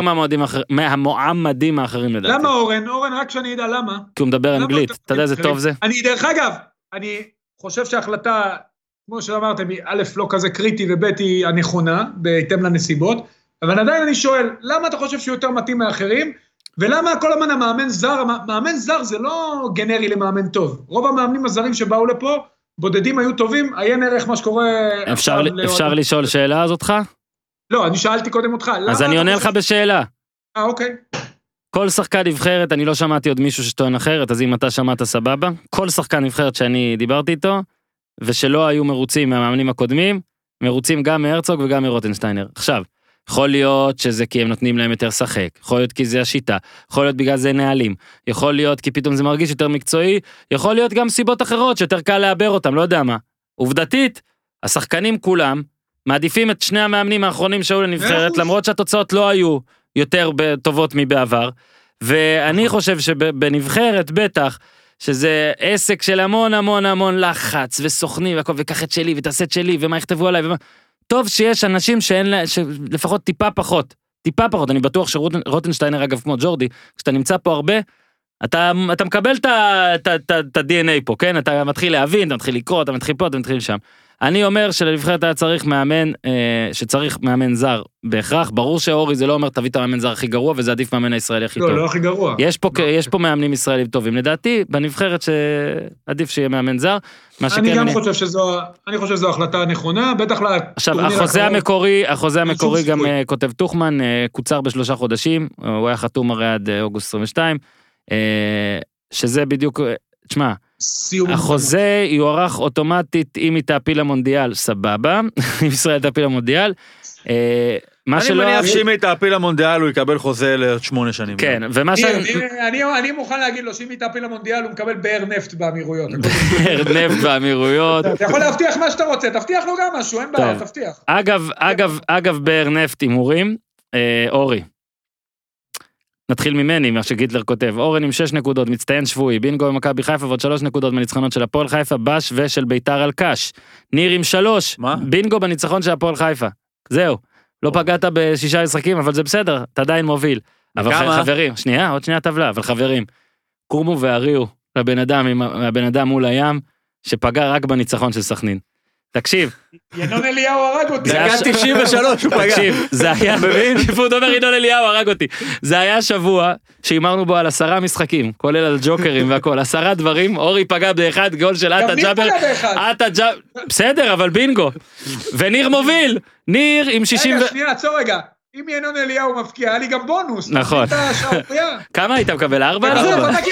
מהמועמדים האחרים לדעתי. למה אורן? אורן, רק שאני אדע למה. כי הוא מדבר אנגלית, אתה יודע איזה טוב זה? אני, דרך אגב, אני חושב שההחלטה, כמו שאמרתם, היא א' לא כזה קריטי וב' היא הנכונה, בהתאם לנסיבות, אבל עדיין אני שואל, למה אתה חושב שהוא יותר מתאים מאחרים? ולמה כל הזמן המאמן זר, המאמן זר זה לא גנרי למאמן טוב. רוב המאמנים הזרים שבאו לפה, בודדים היו טובים, עיין ערך מה שקורה... אפשר, אפשר לשאול שאלה הזאת אותך? לא, אני שאלתי קודם אותך. אז אני עונה לך בשאלה. אה, אוקיי. כל שחקן נבחרת, אני לא שמעתי עוד מישהו שטוען אחרת, אז אם אתה שמעת סבבה, כל שחקן נבחרת שאני דיברתי איתו, ושלא היו מרוצים מהמאמנים הקודמים, מרוצים גם מהרצוג וגם מרוטנשטיינר. עכשיו, יכול להיות שזה כי הם נותנים להם יותר שחק, יכול להיות כי זה השיטה, יכול להיות בגלל זה נהלים, יכול להיות כי פתאום זה מרגיש יותר מקצועי, יכול להיות גם סיבות אחרות שיותר קל לעבר אותם, לא יודע מה. עובדתית, השחקנים כולם מעדיפים את שני המאמנים האחרונים שהיו לנבחרת, למרות שהתוצאות לא היו יותר טובות מבעבר, ואני חושב שבנבחרת בטח, שזה עסק של המון המון המון לחץ וסוכנים והכל, וקח את שלי ותעשה את שלי ומה יכתבו עליי ומה... טוב שיש אנשים שאין לה, שלפחות טיפה פחות, טיפה פחות, אני בטוח שרוטנשטיינר אגב כמו ג'ורדי, כשאתה נמצא פה הרבה, אתה, אתה מקבל את ה-די אן איי פה, כן? אתה מתחיל להבין, אתה מתחיל לקרוא, אתה מתחיל פה, אתה מתחיל שם. אני אומר שלנבחרת היה צריך מאמן, שצריך מאמן זר בהכרח, ברור שאורי זה לא אומר תביא את המאמן זר הכי גרוע, וזה עדיף מאמן הישראלי הכי טוב. לא, לא הכי גרוע. יש פה, יש פה מאמנים ישראלים טובים, לדעתי, בנבחרת שעדיף שיהיה מאמן זר. אני גם חושב שזו, אני חושב שזו החלטה נכונה, בטח לה... עכשיו, החוזה המקורי, החוזה המקורי גם כותב תוכמן, קוצר בשלושה חודשים, הוא היה חתום הרי עד אוגוסט עשרים ושתיים, שזה בדיוק, תשמע, החוזה יוארך אוטומטית אם היא תעפיל למונדיאל, סבבה, אם ישראל תעפיל למונדיאל. אני מניח שאם היא תעפיל למונדיאל הוא יקבל חוזה לשמונה שנים. כן, ומה ש... אני מוכן להגיד לו שאם היא תעפיל למונדיאל הוא מקבל באר נפט באמירויות. באר נפט באמירויות. אתה יכול להבטיח מה שאתה רוצה, תבטיח לו גם משהו, אין בעיה, תבטיח. אגב, אגב, אגב באר נפט הימורים, אורי. נתחיל ממני, מה שגיטלר כותב, אורן עם שש נקודות, מצטיין שבועי, בינגו במכבי חיפה ועוד שלוש נקודות בניצחונות של הפועל חיפה, בש ושל ביתר על קש. ניר עם שלוש, מה? בינגו בניצחון של הפועל חיפה. זהו, לא פגעת בשישה משחקים, אבל זה בסדר, אתה עדיין מוביל. אבל חברים, שנייה, עוד שנייה טבלה, אבל חברים, קומו והריעו לבן אדם, הבן אדם מול הים, שפגע רק בניצחון של סכנין. תקשיב. ינון אליהו הרג אותי. זה היה תשעים ושלוש, הוא פגע. תקשיב, זה היה, מבין? שיפוט אומר ינון אליהו הרג אותי. זה היה שבוע שאימרנו בו על עשרה משחקים, כולל על ג'וקרים והכל, עשרה דברים, אורי פגע באחד, גול של עטה ג'אבר. גם ניר פגע באחד. עטה ג'אבר, בסדר, אבל בינגו. וניר מוביל. ניר עם שישים... רגע, שנייה, עצור רגע. אם ינון אליהו מפקיע, היה לי גם בונוס. נכון. כמה היית מקבל? ארבע על זה?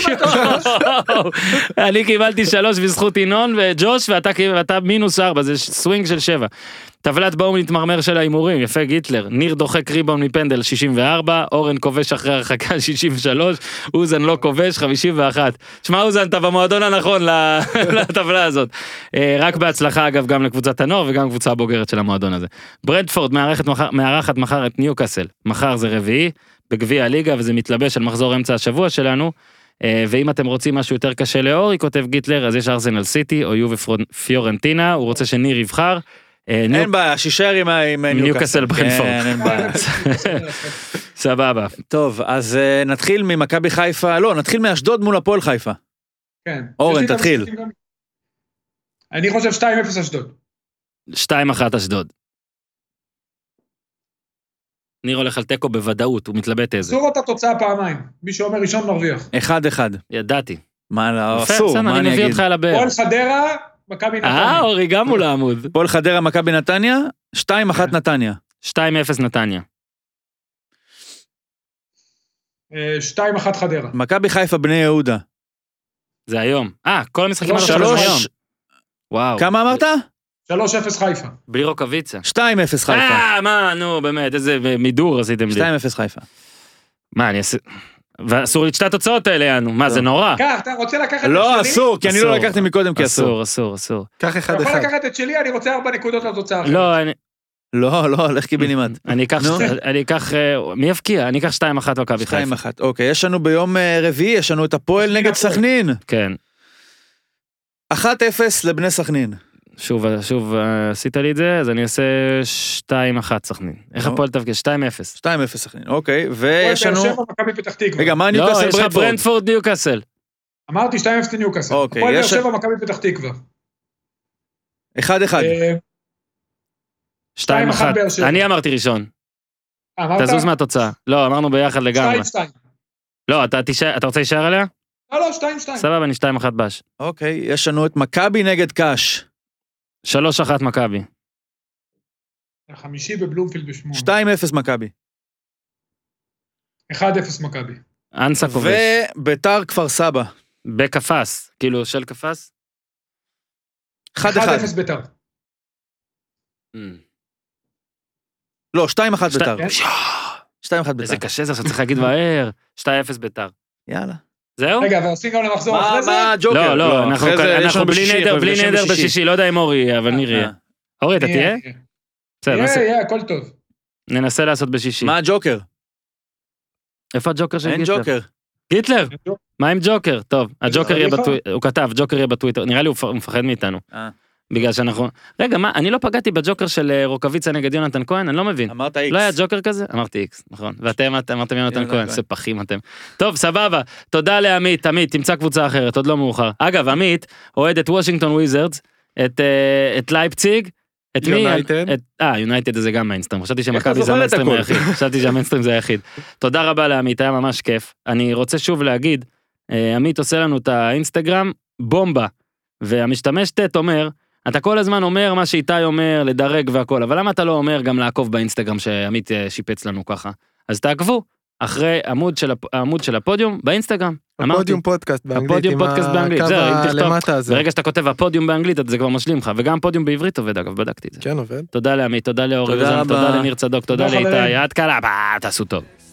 אני קיבלתי שלוש בזכות ינון וג'וש, ואתה מינוס ארבע, זה סווינג של שבע. טבלת באום מתמרמר של האימורים, יפה גיטלר. ניר דוחק ריבאונד מפנדל שישים וארבע, אורן כובש אחרי הרחקה שישים ושלוש, אוזן לא כובש חמישים ואחת. שמע אוזן, אתה במועדון הנכון לטבלה הזאת. רק בהצלחה אגב גם לקבוצת הנוער וגם קבוצה הבוגרת של המועדון הזה. ברנדפורד מארחת מחר את ניוקאסל. מחר זה רביעי, בגביע הליגה, וזה מתלבש על מחזור אמצע השבוע שלנו. ואם אתם רוצים משהו יותר קשה לאורי, כותב גיטלר, אז יש ארסנל סיטי או יובה פיורנטינה, הוא רוצה שניר יבחר. אין בעיה, שישאר עם ניוקאסל ברנפורד. אין בעיה. סבבה. טוב, אז נתחיל ממכבי חיפה, לא, נתחיל מאשדוד מול הפועל חיפה. כן. אורן, תתחיל. אני חושב שתיים אפס אשדוד. שתיים אחת אשדוד. ניר הולך על טקו בוודאות, הוא מתלבט איזה. אסור אותה תוצאה פעמיים, מי שאומר ראשון מרוויח. אחד אחד. ידעתי. מה, לא, אסור, מה אני אגיד? פועל חדרה, מכבי נתניה. אה, אורי גם מול העמוד. פועל חדרה, מכבי נתניה, שתיים אחת נתניה. שתיים אפס נתניה. שתיים אחת חדרה. מכבי חיפה בני יהודה. זה היום. אה, כל המשחקים האלה שלוש היום. וואו. כמה אמרת? שלוש אפס חיפה. בלי רוקוויצה. שתיים אפס חיפה. אה, מה, נו, באמת, איזה מידור עשיתם לי. שתיים אפס חיפה. מה, אני אעשה... ואסור לשתי התוצאות האלה, יאנו. מה, זה נורא. קח, אתה רוצה לקחת את שלי? לא, אסור, כי אני לא לקחתי מקודם, כי אסור. אסור, אסור, אסור. קח אחד אחד. אתה יכול לקחת את שלי, אני רוצה ארבע נקודות לתוצאה אחרת. לא, אני... לא, לא, לך קיבינימט. אני אקח, אני אקח, מי יפקיע? אני אקח שתיים אחת מכבי חיפה. שתיים אחת, אוקיי. יש לנו ביום רביעי, יש לנו את הפועל נגד סכנין. כן. אחת אפס לבני סכנין. שוב, שוב עשית לי את זה, אז אני אעשה שתיים אחת סכנין. איך הפועל תפקיע? שתיים אפס. שתיים אפס סכנין, אוקיי. ויש לנו... רגע, מה ניוקאסל ברנדפורד? לא, יש לך ברנדפורד ניוקאסל. אמרתי שתיים אפס ניוקאסל. אוקיי. הפועל באר שבע מכבי פתח תקווה. אחד אחד. שתיים אחת. אני אמרתי ראשון. תזוז מהתוצאה. לא, אמרנו ביחד לגמרי. שתיים שתיים. לא, אתה רוצה להישאר עליה? לא, לא, שתיים שתיים. סבבה, אני שתיים אחת בש. אוקיי, יש לנו את מכבי נגד קש. שלוש אחת מכבי. החמישי בבלומפילד בשמונה. שתיים אפס מכבי. אחד אפס מכבי. אנסה כובש. וביתר כפר סבא. בקפס, כאילו של קפס? אחד אחד. אחד אפס ביתר. לא, שתיים אחת ביתר. שתיים אחת ביתר. איזה קשה זה, עכשיו צריך להגיד מהר. שתיים אפס ביתר. יאללה. זהו? רגע, ועושים גם למחזור אחרי זה? מה ג'וקר? לא, לא, אנחנו בלי נדר בשישי, לא יודע אם אורי יהיה, אבל ניר יהיה. אורי, אתה תהיה? יהיה, יהיה, הכל טוב. ננסה לעשות בשישי. מה הג'וקר? איפה הג'וקר של גיטלר? אין ג'וקר. גיטלר? מה עם ג'וקר? טוב, הג'וקר יהיה בטוויטר, הוא כתב, ג'וקר יהיה בטוויטר, נראה לי הוא מפחד מאיתנו. בגלל שאנחנו... רגע, מה, אני לא פגעתי בג'וקר של רוקוויצה נגד יונתן כהן, אני לא מבין. אמרת איקס. לא היה ג'וקר כזה? אמרתי איקס, נכון. ואתם אמרתם יונתן כהן, ספחים אתם. טוב, סבבה. תודה לעמית, עמית, תמצא קבוצה אחרת, עוד לא מאוחר. אגב, עמית אוהד את וושינגטון וויזרדס, את לייפציג, את מי? יונייטד. אה, יונייטד זה גם מיינסטרים. חשבתי שמכבי זה המיינסטרים היחיד. חשבתי שהמיינסטרים זה היחיד. תודה רבה לעמית, היה ממש כיף. אני רוצה שוב להגיד, עמית עושה לנו את האינסטגרם, בומבה. והמשתמש תת אומר, אתה כל הזמן אומר מה שאיתי אומר, לדרג והכל, אבל למה אתה לא אומר גם לעקוב באינסטגרם שעמית שיפץ לנו ככה? אז תעקבו אחרי עמוד של, העמוד של הפודיום באינסטגרם. הפודיום פודקאסט באנגלית. הפודיום פודקאסט באנגלית. הקו הלמטה הזה. ברגע שאתה כותב הפודיום באנגלית, זה כבר משלים לך, וגם פודיום בעברית עובד, אגב, בדקתי את זה. כן, עובד. תודה לעמית, תודה לאורי, תודה לניר צדוק, תודה לאיתי, עד כאלה, תעשו טוב.